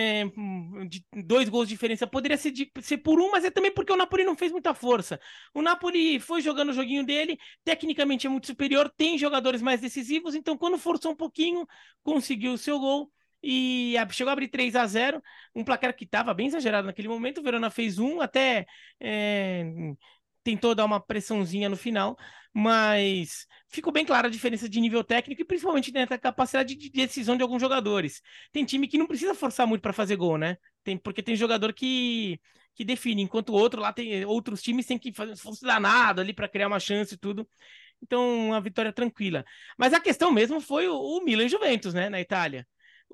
de 2 gols de diferença poderia ser por 1, mas é também porque o Napoli não fez muita força. O Napoli foi jogando o joguinho dele, tecnicamente é muito superior, tem jogadores mais decisivos, então quando forçou um pouquinho, conseguiu o seu gol e chegou a abrir 3-0, um placar que estava bem exagerado naquele momento. O Verona fez 1, até tentou dar uma pressãozinha no final, mas ficou bem clara a diferença de nível técnico e principalmente dentro da capacidade de decisão de alguns jogadores. Tem time que não precisa forçar muito para fazer gol, né? Porque tem jogador que define, enquanto o outro lá tem outros times têm que fazer um esforço danado ali para criar uma chance e tudo. Então, uma vitória tranquila. Mas a questão mesmo foi o Milan e Juventus, né, na Itália.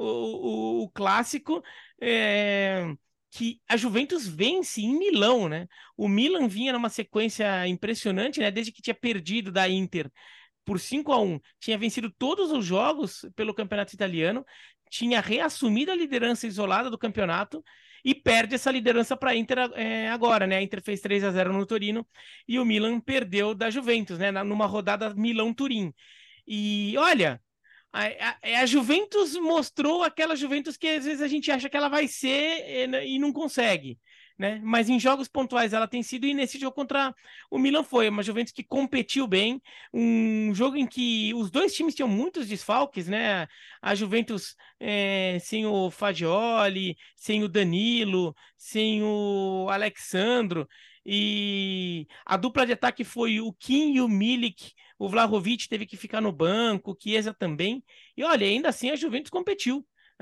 O clássico que a Juventus vence em Milão, né? O Milan vinha numa sequência impressionante, né? Desde que tinha perdido da Inter por 5-1, tinha vencido todos os jogos pelo campeonato italiano, tinha reassumido a liderança isolada do campeonato e perde essa liderança para a Inter agora, né? A Inter fez 3-0 no Torino e o Milan perdeu da Juventus, né? Numa rodada Milão-Turim. E olha, a Juventus mostrou aquela Juventus que às vezes a gente acha que ela vai ser e não consegue, né? Mas em jogos pontuais ela tem sido, e nesse jogo contra o Milan foi uma Juventus que competiu bem, um jogo em que os dois times tinham muitos desfalques, né? A Juventus sem o Fagioli, sem o Danilo, sem o Alexandro, e a dupla de ataque foi o Kim e o Milik. O Vlahovic teve que ficar no banco, o Chiesa também. E olha, ainda assim a Juventus competiu.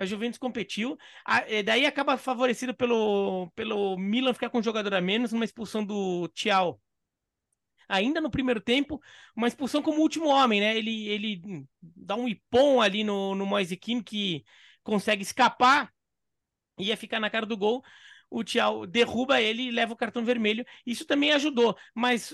Daí acaba favorecido pelo Milan ficar com um jogador a menos, numa expulsão do Thiaw. Ainda no primeiro tempo, uma expulsão como último homem, né? Ele dá um ipom ali no Moise Kean, que consegue escapar, ia ficar na cara do gol. o Thiago derruba ele e leva o cartão vermelho. Isso também ajudou, mas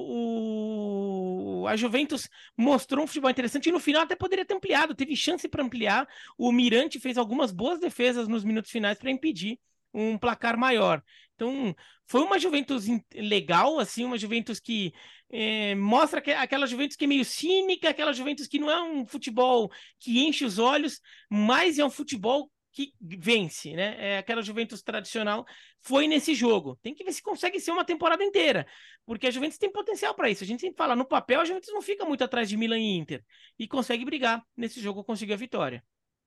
a Juventus mostrou um futebol interessante e no final até poderia ter ampliado, teve chance para ampliar. O Mirante fez algumas boas defesas nos minutos finais para impedir um placar maior. Então, foi uma Juventus legal, assim, uma Juventus que mostra aquela Juventus que é meio cínica, aquela Juventus que não é um futebol que enche os olhos, mas é um futebol que vence, né? É aquela Juventus tradicional, foi nesse jogo. Tem que ver se consegue ser uma temporada inteira, porque a Juventus tem potencial para isso. A gente sempre fala, no papel a Juventus não fica muito atrás de Milan e Inter, e consegue brigar nesse jogo, conseguir a vitória.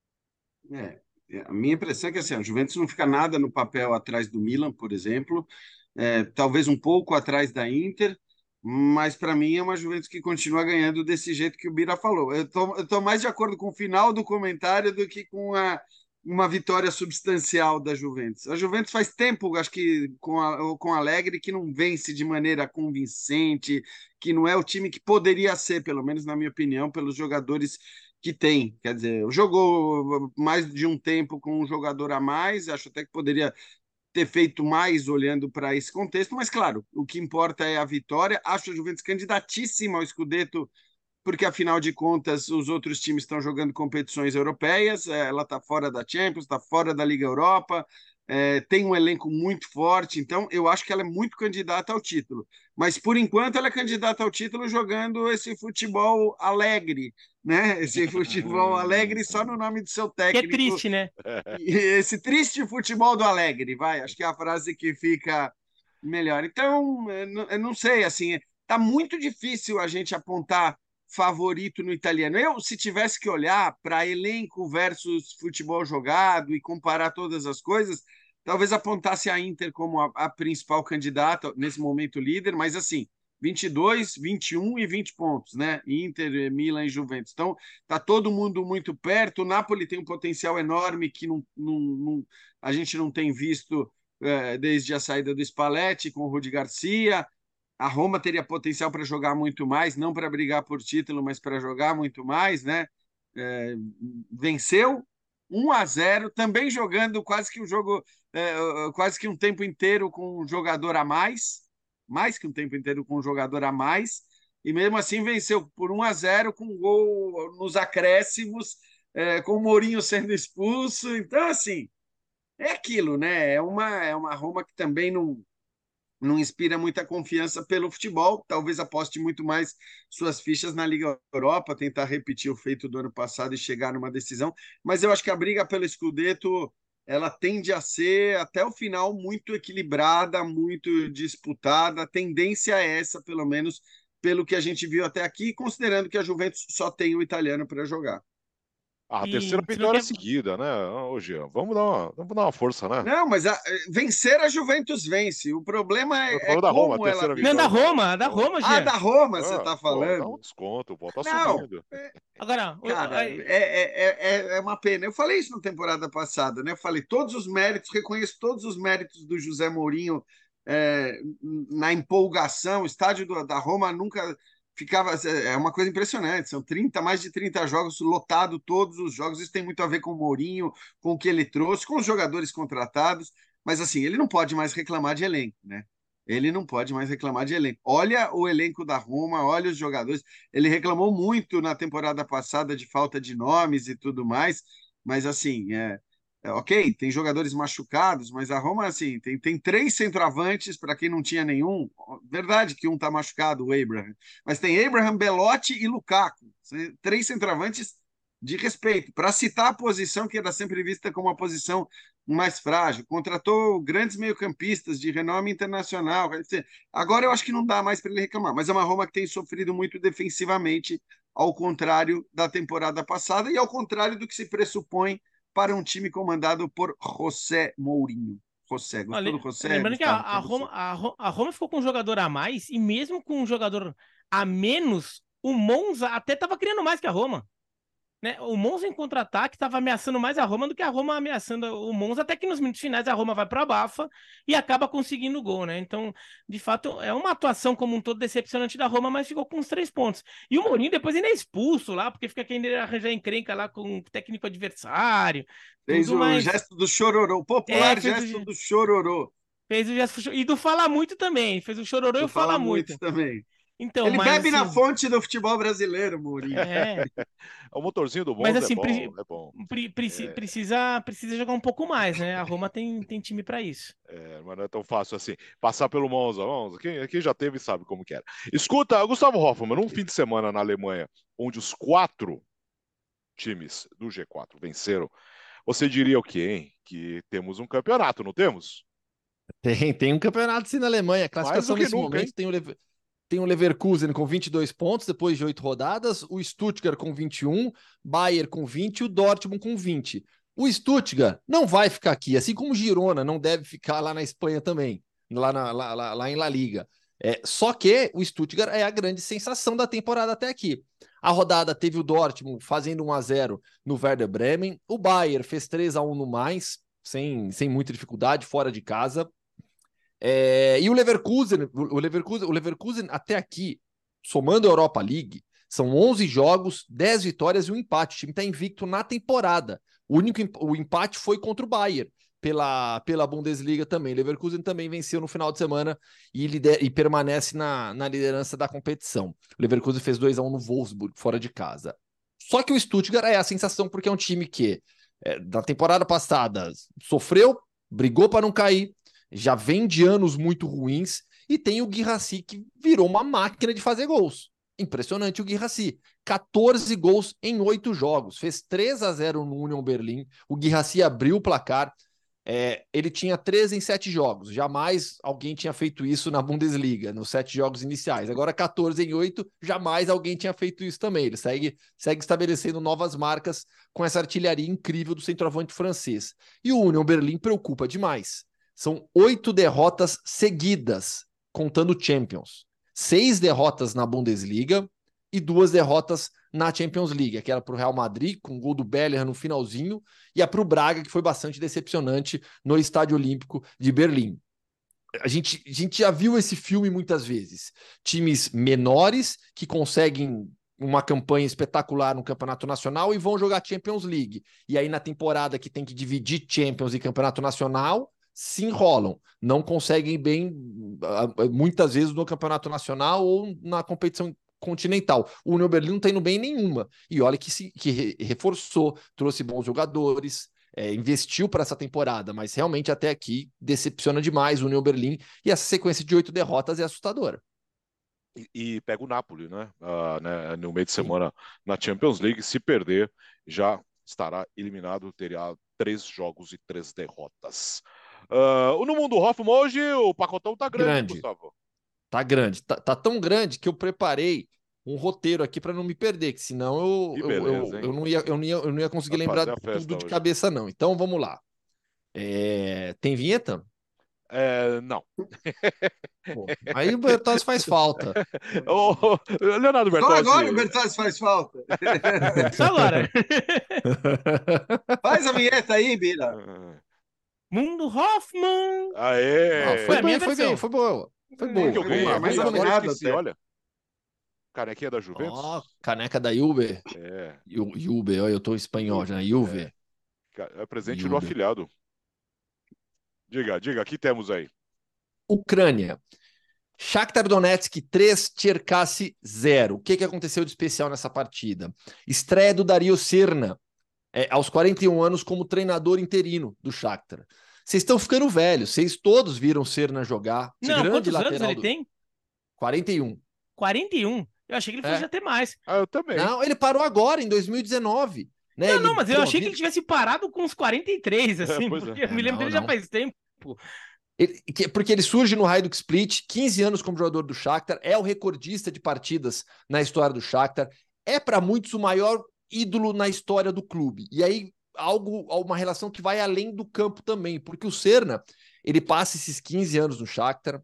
A minha impressão é que assim, a Juventus não fica nada no papel atrás do Milan, por exemplo, talvez um pouco atrás da Inter, mas para mim é uma Juventus que continua ganhando desse jeito que o Bira falou. Eu tô mais de acordo com o final do comentário do que com uma vitória substancial da Juventus. A Juventus faz tempo, acho que com Allegri, que não vence de maneira convincente, que não é o time que poderia ser, pelo menos na minha opinião, pelos jogadores que tem. Quer dizer, jogou mais de um tempo com um jogador a mais, acho até que poderia ter feito mais olhando para esse contexto, mas claro, o que importa é a vitória. Acho a Juventus candidatíssima ao Scudetto, porque afinal de contas os outros times estão jogando competições europeias, ela está fora da Champions, está fora da Liga Europa, tem um elenco muito forte, então eu acho que ela é muito candidata ao título. Mas por enquanto ela é candidata ao título jogando esse futebol alegre, né? Esse futebol alegre só no nome do seu técnico. Que é triste, né? Esse triste futebol do alegre, vai, acho que é a frase que fica melhor. Então, eu não sei, assim, tá muito difícil a gente apontar favorito no italiano. Eu, se tivesse que olhar para elenco versus futebol jogado e comparar todas as coisas, talvez apontasse a Inter como a principal candidata, nesse momento líder, mas assim, 22, 21 e 20 pontos, né? Inter, Milan e Juventus. Então, tá todo mundo muito perto. O Napoli tem um potencial enorme que a gente não tem visto desde a saída do Spalletti com o Rudi Garcia. A Roma teria potencial para jogar muito mais, não para brigar por título, mas para jogar muito mais, né? Venceu 1-0, também jogando quase que um jogo, quase que um tempo inteiro com um jogador a mais que um tempo inteiro com um jogador a mais, e mesmo assim venceu por 1-0 com um gol nos acréscimos, com o Mourinho sendo expulso. Então, assim, é aquilo, né? É uma Roma que também não inspira muita confiança pelo futebol, talvez aposte muito mais suas fichas na Liga Europa, tentar repetir o feito do ano passado e chegar numa decisão, mas eu acho que a briga pelo Scudetto, ela tende a ser, até o final, muito equilibrada, muito disputada, a tendência é essa, pelo menos, pelo que a gente viu até aqui, considerando que a Juventus só tem o italiano para jogar. A terceira vitória seguida, né? Ô, Jean, vamos dar uma força, né? Não, mas vencer a Juventus vence. O problema é da Roma, como ela... Não, da Roma, Jean. Da Roma, você tá falando? Dá um desconto, pô, tá não, subindo. Agora, cara, é uma pena. Eu falei isso na temporada passada, né? Eu falei todos os méritos, reconheço todos os méritos do José Mourinho na empolgação. O estádio da Roma nunca... ficava, é uma coisa impressionante, são mais de 30 jogos, lotado todos os jogos, isso tem muito a ver com o Mourinho, com o que ele trouxe, com os jogadores contratados, mas assim, ele não pode mais reclamar de elenco, né? Ele não pode mais reclamar de elenco. Olha o elenco da Roma, olha os jogadores, ele reclamou muito na temporada passada de falta de nomes e tudo mais, mas assim, ok, tem jogadores machucados, mas a Roma, assim, tem 3 centroavantes, para quem não tinha nenhum. Verdade que um está machucado, o Abraham. Mas tem Abraham, Belotti e Lukaku. 3 centroavantes de respeito. Para citar a posição que era sempre vista como uma posição mais frágil. Contratou grandes meio-campistas de renome internacional. Agora eu acho que não dá mais para ele reclamar. Mas é uma Roma que tem sofrido muito defensivamente, ao contrário da temporada passada e ao contrário do que se pressupõe para um time comandado por José Mourinho. José, gostou do José? Lembrando que a Roma ficou com um jogador a mais, e mesmo com um jogador a menos, o Monza até estava criando mais que a Roma. né? O Monza em contra-ataque estava ameaçando mais a Roma do que a Roma ameaçando o Monza, até que nos minutos finais a Roma vai para a bafa e acaba conseguindo o gol, né? Então, de fato, é uma atuação como um todo decepcionante da Roma, mas ficou com os 3 pontos. E o Mourinho depois ainda é expulso lá, porque fica querendo arranjar encrenca lá com o técnico adversário. Fez o Mas gesto do chororô, o popular gesto do chororô. Fez o gesto e do fala muito também. Fez o chororô e o fala muito também. Então, ele mas, bebe assim, na fonte do futebol brasileiro, Mourinho. O motorzinho do mas Monza assim, é bom. precisa jogar um pouco mais, né? A Roma tem time para isso. Mas não é tão fácil assim. Passar pelo Monza. Quem já teve sabe como que era. Escuta, Gustavo Hoffmann, num fim de semana na Alemanha, onde os 4 times do G4 venceram, você diria o quê, hein? Que temos um campeonato, não temos? Tem um campeonato sim na Alemanha. A Mais do classificação que nesse nunca, momento tem o Leverkusen com 22 pontos depois de 8 rodadas, o Stuttgart com 21, Bayern com 20 e o Dortmund com 20. O Stuttgart não vai ficar aqui, assim como o Girona não deve ficar lá na Espanha também, lá em La Liga. Só que o Stuttgart é a grande sensação da temporada até aqui. A rodada teve o Dortmund fazendo 1-0 no Werder Bremen, o Bayern fez 3-1 no Mainz, sem muita dificuldade, fora de casa. E o Leverkusen até aqui, somando a Europa League, são 11 jogos, 10 vitórias e um empate. O time está invicto na temporada. O empate foi contra o Bayern, pela Bundesliga também. O Leverkusen também venceu no final de semana e permanece na liderança da competição. O Leverkusen fez 2-1 no Wolfsburg, fora de casa. Só que o Stuttgart é a sensação porque é um time que, na temporada passada, sofreu, brigou para não cair, já vem de anos muito ruins e tem o Guirassy que virou uma máquina de fazer gols. Impressionante o Guirassy. 14 gols em 8 jogos. Fez 3-0 no Union Berlin. O Guirassy abriu o placar. Ele tinha 13 em 7 jogos. Jamais alguém tinha feito isso na Bundesliga, nos 7 jogos iniciais. Agora 14 em 8, jamais alguém tinha feito isso também. Ele segue estabelecendo novas marcas com essa artilharia incrível do centroavante francês. E o Union Berlin preocupa demais. São 8 derrotas seguidas, contando Champions. 6 derrotas na Bundesliga e 2 derrotas na Champions League. Aquela para o Real Madrid, com o gol do Bellingham no finalzinho, e a para o Braga, que foi bastante decepcionante no Estádio Olímpico de Berlim. A gente já viu esse filme muitas vezes. Times menores que conseguem uma campanha espetacular no Campeonato Nacional e vão jogar Champions League. E aí na temporada que tem que dividir Champions e Campeonato Nacional, se enrolam, não conseguem bem muitas vezes no Campeonato Nacional ou na competição continental. O Union Berlin não está indo bem nenhuma. E olha que reforçou, trouxe bons jogadores, investiu para essa temporada, mas realmente até aqui decepciona demais o Union Berlin e essa sequência de 8 derrotas é assustadora. E pega o Napoli, né? No meio de semana na Champions League, se perder, já estará eliminado, terá 3 jogos e 3 derrotas. No mundo Hoffmann hoje o pacotão tá grande, Gustavo. Tá grande. Tá tão grande que eu preparei um roteiro aqui para não me perder, que senão eu não ia conseguir lembrar tudo de cabeça, não. Então vamos lá. Tem vinheta? Não. Pô, aí o Bertozzi faz falta. Leonardo Bertozzi. Só agora o Bertozzi faz falta. Só agora. Faz a vinheta aí, Bira. Mundo Hoffmann. Aê! Foi bem, foi boa. Foi boa. Que eu ganhei, mas agora esqueci, olha. Canequinha da Juventus. Caneca da Juve. Juve, olha, eu tô espanhol já, Juve. É presente Juve. No afiliado. Diga, aqui temos aí. Ucrânia. Shakhtar Donetsk 3, Cherkasy 0. O que aconteceu de especial nessa partida? Estreia do Dario Serna, aos 41 anos como treinador interino do Shakhtar. Vocês estão ficando velhos, vocês todos viram Serna jogar. Não, quantos anos ele tem? 41. 41? Eu achei que ele fosse já ter mais. Eu também. Não, ele parou agora, em 2019. Né? Não, mas eu achei que ele tivesse parado com uns 43, assim, porque eu me lembro dele já faz tempo. Porque ele surge no Hajduk Split, 15 anos como jogador do Shakhtar, é o recordista de partidas na história do Shakhtar, é para muitos o maior ídolo na história do clube. E aí uma relação que vai além do campo também, porque o Serna, ele passa esses 15 anos no Shakhtar,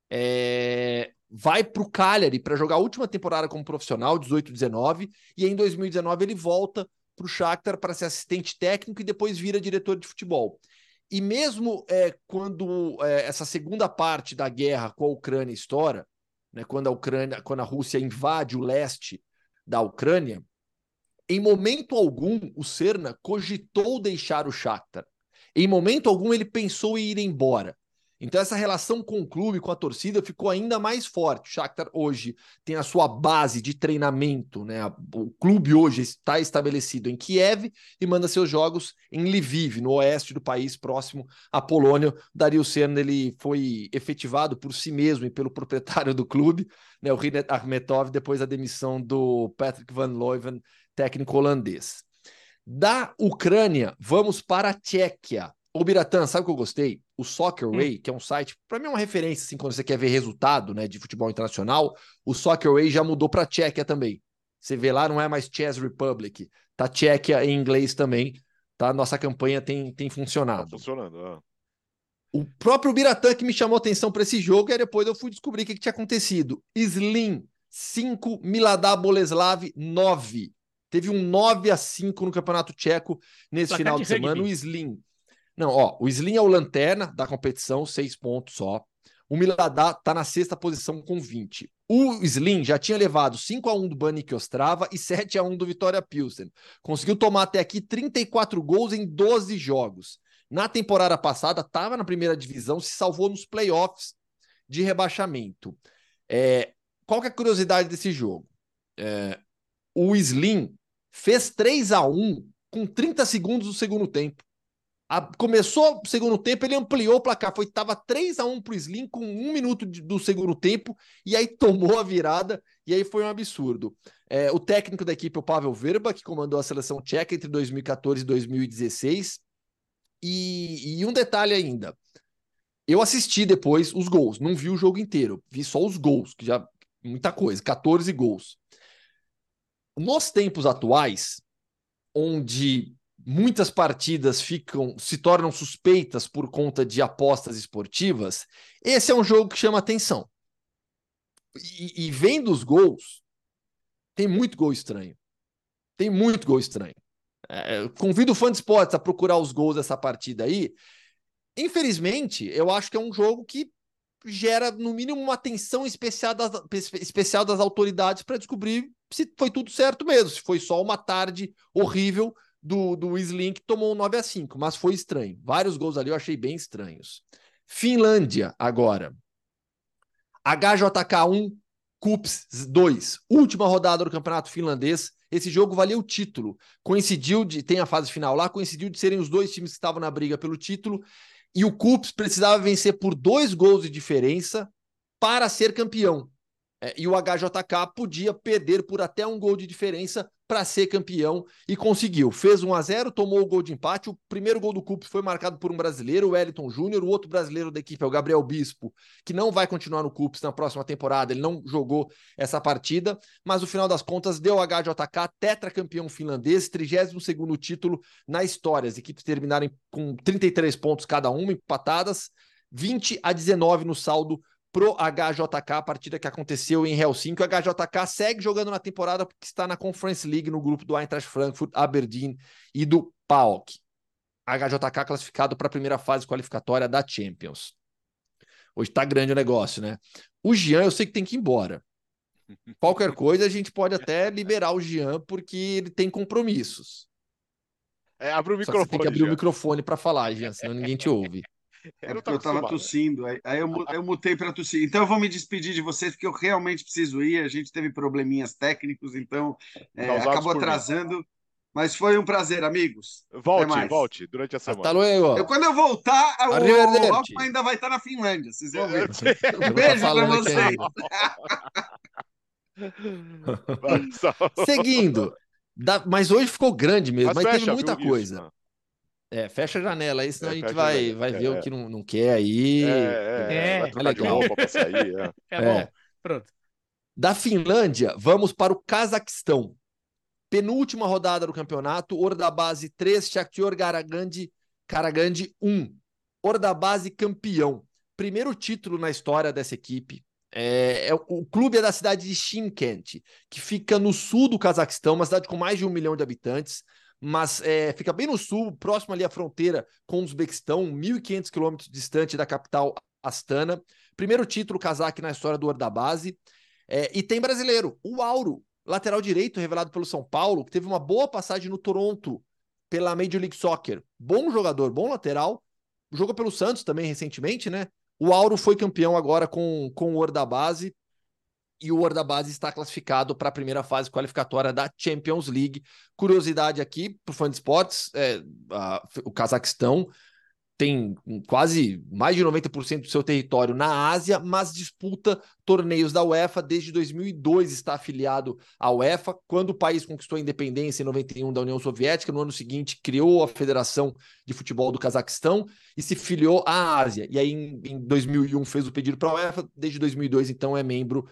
vai para o Cagliari para jogar a última temporada como profissional, 18-19, e em 2019 ele volta para o Shakhtar para ser assistente técnico e depois vira diretor de futebol. E mesmo quando essa segunda parte da guerra com a Ucrânia estoura, né, quando a Rússia invade o leste da Ucrânia, em momento algum o Serna cogitou deixar o Shakhtar. Em momento algum ele pensou em ir embora. Então essa relação com o clube, com a torcida, ficou ainda mais forte. O Shakhtar hoje tem a sua base de treinamento, né? O clube hoje está estabelecido em Kiev e manda seus jogos em Lviv, no oeste do país, próximo à Polônia. O Dario Serna ele foi efetivado por si mesmo e pelo proprietário do clube, né? O Rinat Akhmetov, depois da demissão do Patrick Van Looijen, técnico holandês. Da Ucrânia, vamos para a Tchequia. Ô, Biratã, sabe o que eu gostei? O Soccerway, que é um site, para mim é uma referência, assim, quando você quer ver resultado, né, de futebol internacional, o Soccerway já mudou para a Tchequia também. Você vê lá, não é mais Czech Republic, tá Tchequia em inglês também, tá? Nossa campanha tem funcionado. Tá funcionando, O próprio Biratã que me chamou atenção para esse jogo, e aí depois eu fui descobrir o que tinha acontecido. Slim, 5, Milada Boleslav, 9. Teve um 9-5 no Campeonato Tcheco nesse final de semana. O Slim. Não, ó, o Slim é o lanterna da competição, 6 pontos só. O Milada tá na 6ª posição com 20. O Slim já tinha levado 5-1 do Baník Ostrava e 7-1 do Vitória Pilsen. Conseguiu tomar até aqui 34 gols em 12 jogos. Na temporada passada, estava na primeira divisão, se salvou nos playoffs de rebaixamento. Qual que é a curiosidade desse jogo? O Slim fez 3-1 com 30 segundos do segundo tempo. Começou o segundo tempo, ele ampliou o placar. Estava 3-1 para o Slim com 1 minuto do segundo tempo, e aí tomou a virada, e aí foi um absurdo. O técnico da equipe, o Pavel Verba, que comandou a seleção tcheca entre 2014 e 2016. E um detalhe ainda. Eu assisti depois os gols, não vi o jogo inteiro, vi só os gols, que já muita coisa, 14 gols. Nos tempos atuais, onde muitas partidas se tornam suspeitas por conta de apostas esportivas, esse é um jogo que chama atenção. E vendo os gols, tem muito gol estranho. Tem muito gol estranho. Convido o fã de esportes a procurar os gols dessa partida aí. Infelizmente, eu acho que é um jogo que gera, no mínimo, uma atenção especial das autoridades para descobrir se foi tudo certo mesmo, se foi só uma tarde horrível do Slim que tomou um 9-5, mas foi estranho. Vários gols ali eu achei bem estranhos. Finlândia, agora. HJK 1, KuPS 2. Última rodada do campeonato finlandês. Esse jogo valia o título. Tem a fase final lá, coincidiu de serem os dois times que estavam na briga pelo título, e o KuPS precisava vencer por 2 gols de diferença para ser campeão. E o HJK podia perder por até 1 gol de diferença para ser campeão, e conseguiu. Fez 1-0, tomou o gol de empate. O primeiro gol do KuPS foi marcado por um brasileiro, o Wellington Júnior. O outro brasileiro da equipe é o Gabriel Bispo, que não vai continuar no KuPS na próxima temporada. Ele não jogou essa partida, mas no final das contas deu ao HJK tetracampeão finlandês, 32º título na história. As equipes terminaram com 33 pontos cada uma, empatadas, 20-19 no saldo pro HJK, a partida que aconteceu em Helsinki. O HJK segue jogando na temporada porque está na Conference League no grupo do Eintracht Frankfurt, Aberdeen e do PAOK. HJK classificado para a primeira fase qualificatória da Champions. Hoje está grande o negócio, né? O Jean, eu sei que tem que ir embora. Qualquer coisa, a gente pode até liberar o Jean porque ele tem compromissos. Abre o microfone. Só que você tem que abrir o microfone para falar, Jean, senão ninguém te ouve. Porque eu estava tossindo, aí eu mutei para tossir. Então eu vou me despedir de vocês, porque eu realmente preciso ir. A gente teve probleminhas técnicos, então acabou atrasando. Mas foi um prazer, amigos. Volte durante a semana. Hasta luego. Quando eu voltar, o Rock ainda vai estar na Finlândia. Vocês vão ver. Um beijo para vocês. Seguindo. Mas hoje ficou grande mesmo, mas teve muita coisa. Isso, fecha a janela aí, senão a gente vai ver o que não quer aí. Vai trocar de roupa pra sair. Bom, pronto. Da Finlândia, vamos para o Cazaquistão. Penúltima rodada do campeonato, Ordabase 3, Shakhtar Karagandhi 1. Ordabase campeão. Primeiro título na história dessa equipe. O clube é da cidade de Shymkent, que fica no sul do Cazaquistão, uma cidade com mais de 1 milhão de habitantes. mas fica bem no sul, próximo ali à fronteira com o Uzbequistão, 1.500 quilômetros distante da capital Astana. Primeiro título cazaque na história do Ordabase. E tem brasileiro, o Auro, lateral direito, revelado pelo São Paulo, que teve uma boa passagem no Toronto pela Major League Soccer. Bom jogador, bom lateral. Jogou pelo Santos também recentemente, né? O Auro foi campeão agora com o Ordabase. E o Ordabase está classificado para a primeira fase qualificatória da Champions League. Curiosidade aqui para o fã de esportes, o Cazaquistão tem quase mais de 90% do seu território na Ásia, mas disputa torneios da UEFA. Desde 2002 está afiliado à UEFA. Quando o país conquistou a independência em 91 da União Soviética, no ano seguinte criou a Federação de Futebol do Cazaquistão e se filiou à Ásia. E aí em 2001 fez o pedido para a UEFA. Desde 2002 então é membro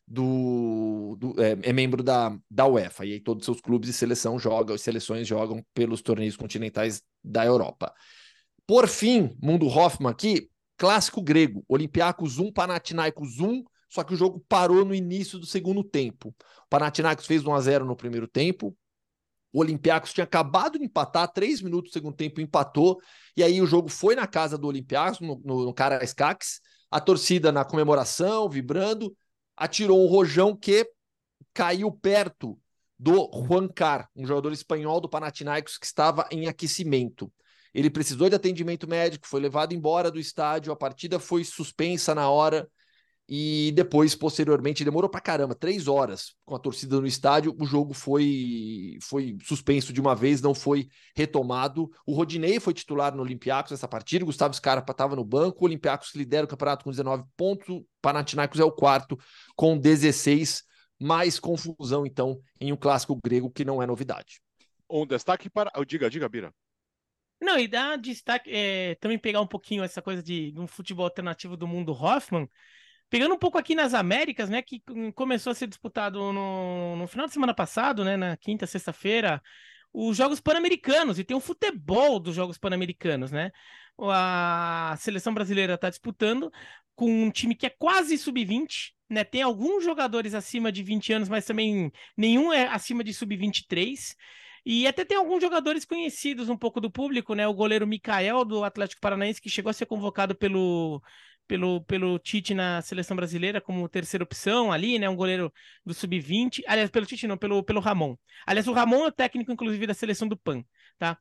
membro da UEFA, e aí todos os seus clubes e seleções jogam pelos torneios continentais da Europa. Por fim, Mundo Hoffman aqui, clássico grego, Olympiacos 1, Panathinaikos 1, só que o jogo parou no início do segundo tempo. O Panathinaikos fez 1-0 no primeiro tempo, o Olympiacos tinha acabado de empatar, 3 minutos do segundo tempo empatou, e aí o jogo foi na casa do Olympiacos, no Karaiskakis, a torcida na comemoração, vibrando, atirou um rojão que caiu perto do Juan Car, um jogador espanhol do Panathinaikos que estava em aquecimento. Ele precisou de atendimento médico, foi levado embora do estádio, a partida foi suspensa na hora e depois, posteriormente, demorou pra caramba, 3 horas com a torcida no estádio, o jogo foi suspenso de uma vez, não foi retomado. O Rodinei foi titular no Olympiacos nessa partida, o Gustavo Scarpa estava no banco, o Olympiacos lidera o campeonato com 19 pontos, o Panathinaikos é o quarto com 16, mais confusão então em um clássico grego que não é novidade. Um destaque para... Diga, Bira. Não, e dá destaque, também pegar um pouquinho essa coisa de um futebol alternativo do Mundo Hoffman, pegando um pouco aqui nas Américas, né, que começou a ser disputado no final de semana passado, né, na quinta, sexta-feira, os Jogos Pan-Americanos, e tem um futebol dos Jogos Pan-Americanos, né? A seleção brasileira está disputando com um time que é quase sub-20, né? Tem alguns jogadores acima de 20 anos, mas também nenhum é acima de sub-23. E até tem alguns jogadores conhecidos um pouco do público, né? O goleiro Mikael, do Atlético Paranaense, que chegou a ser convocado pelo Tite na seleção brasileira como terceira opção ali, né? Um goleiro do sub-20. Aliás, pelo Tite não, pelo Ramon. Aliás, o Ramon é o técnico, inclusive, da seleção do PAN, tá?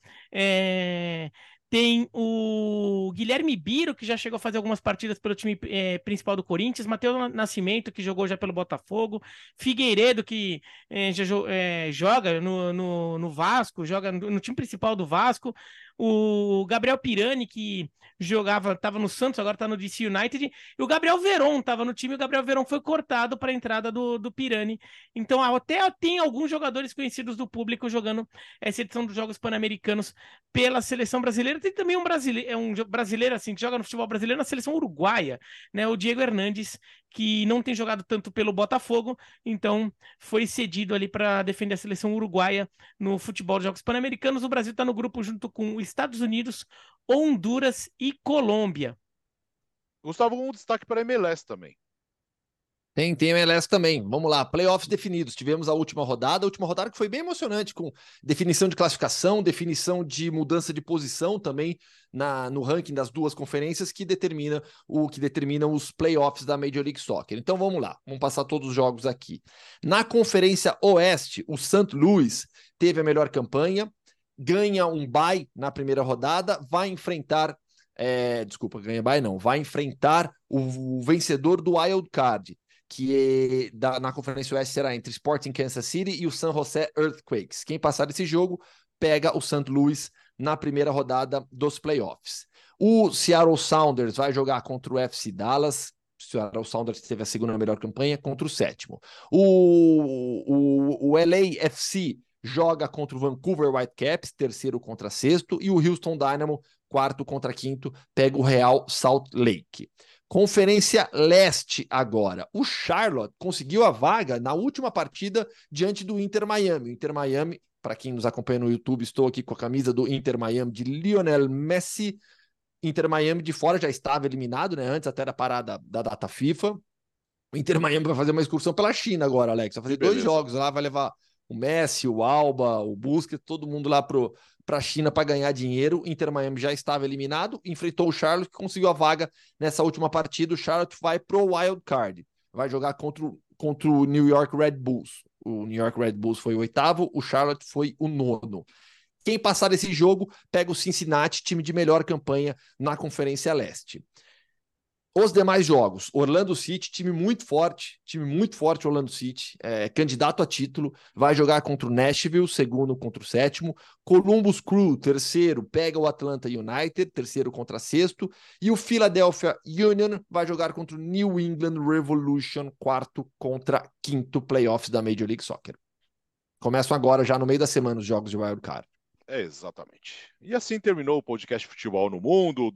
Tem o Guilherme Biro, que já chegou a fazer algumas partidas pelo time principal do Corinthians, Matheus Nascimento, que jogou já pelo Botafogo, Figueiredo, que joga no Vasco, joga no time principal do Vasco, o Gabriel Pirani, que estava no Santos, agora está no DC United, e o Gabriel Veron estava no time, e o Gabriel Veron foi cortado para a entrada do Pirani. Então até tem alguns jogadores conhecidos do público jogando essa edição dos Jogos Pan-Americanos pela seleção brasileira. Tem também um brasileiro assim, que joga no futebol brasileiro na seleção uruguaia, né? O Diego Hernandes, que não tem jogado tanto pelo Botafogo, então foi cedido ali para defender a seleção uruguaia no futebol dos Jogos Pan-Americanos. O Brasil está no grupo junto com os Estados Unidos, Honduras e Colômbia. Gustavo, um destaque para a MLS também. Tem MLS também. Vamos lá, playoffs definidos. Tivemos a última rodada que foi bem emocionante, com definição de classificação, definição de mudança de posição também no ranking das duas conferências que determinam os playoffs da Major League Soccer. Então vamos lá, vamos passar todos os jogos aqui. Na Conferência Oeste, o St. Louis teve a melhor campanha, ganha um bye na primeira rodada, vai enfrentar vai enfrentar o vencedor do Wild Card, que na Conferência Oeste será entre Sporting Kansas City e o San Jose Earthquakes. Quem passar desse jogo pega o St. Louis na primeira rodada dos playoffs. O Seattle Sounders vai jogar contra o FC Dallas. O Seattle Sounders teve a segunda melhor campanha contra o sétimo. O LAFC joga contra o Vancouver Whitecaps, terceiro contra sexto, e o Houston Dynamo, quarto contra quinto, pega o Real Salt Lake. Conferência Leste agora. O Charlotte conseguiu a vaga na última partida diante do Inter Miami. O Inter Miami, para quem nos acompanha no YouTube, estou aqui com a camisa do Inter Miami de Lionel Messi. Inter Miami de fora já estava eliminado, né? Antes até da parada da data FIFA. O Inter Miami vai fazer uma excursão pela China agora, Alex. Vai fazer 2 jogos lá, vai levar o Messi, o Alba, o Busquets, todo mundo lá para a China para ganhar dinheiro. Inter Miami já estava eliminado, enfrentou o Charlotte, que conseguiu a vaga nessa última partida. O Charlotte vai pro Wild Card, vai jogar contra o New York Red Bulls. O New York Red Bulls foi o 8º, o Charlotte foi o 9º. Quem passar desse jogo pega o Cincinnati, time de melhor campanha na Conferência Leste. Os demais jogos, Orlando City, time muito forte, Orlando City, candidato a título, vai jogar contra o Nashville, 2º contra o 7º, Columbus Crew, 3º, pega o Atlanta United, 3º contra 6º, e o Philadelphia Union vai jogar contra o New England Revolution, 4º contra 5º, playoffs da Major League Soccer. Começam agora, já no meio da semana, os jogos de Wild Card. Exatamente. E assim terminou o podcast Futebol no Mundo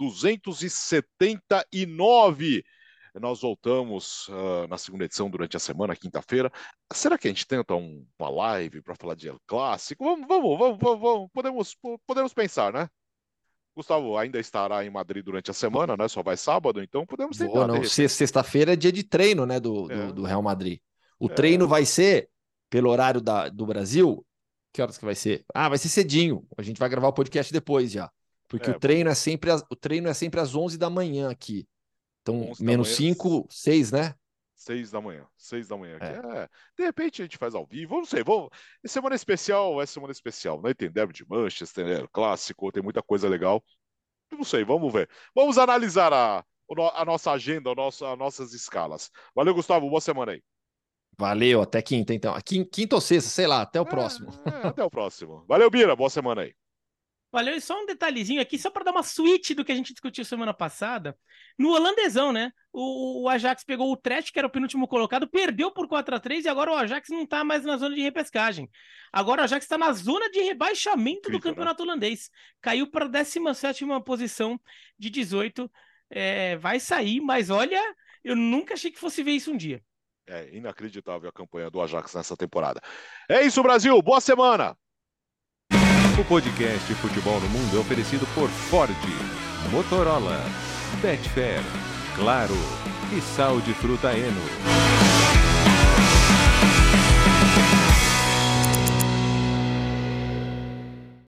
279. Nós voltamos na segunda edição durante a semana, quinta-feira. Será que a gente tenta uma live para falar de El Clássico? Vamos. Podemos pensar, né? Gustavo ainda estará em Madrid durante a semana, né? Só vai sábado, então podemos tentar. Não, sexta-feira é dia de treino, né, do Real Madrid. O treino vai ser, pelo horário do Brasil. Que horas que vai ser? Vai ser cedinho. A gente vai gravar o podcast depois já. Porque o treino é sempre às 11 da manhã aqui. Então, menos 5, 6, né? 6 da manhã. 6 da manhã. De repente a gente faz ao vivo. Não sei. Semana especial é semana especial, né? Tem derby de Manchester, tem clássico, tem muita coisa legal. Não sei, vamos ver. Vamos analisar a nossa agenda, as nossas escalas. Valeu, Gustavo. Boa semana aí. Valeu, até quinta, então. Quinta ou sexta, sei lá, até o próximo. Até o próximo. Valeu, Bira, boa semana aí. Valeu, e só um detalhezinho aqui, só para dar uma switch do que a gente discutiu semana passada. No holandesão, né? O Ajax pegou o Utrecht, que era o penúltimo colocado, perdeu por 4-3 e agora o Ajax não tá mais na zona de repescagem. Agora o Ajax está na zona de rebaixamento do campeonato holandês. Caiu para a 17ª posição de 18. Vai sair, mas olha, eu nunca achei que fosse ver isso um dia. É inacreditável a campanha do Ajax nessa temporada. É isso, Brasil. Boa semana. O podcast Futebol no Mundo é oferecido por Ford, Motorola, Betfair, Claro e Sal de Fruta Eno.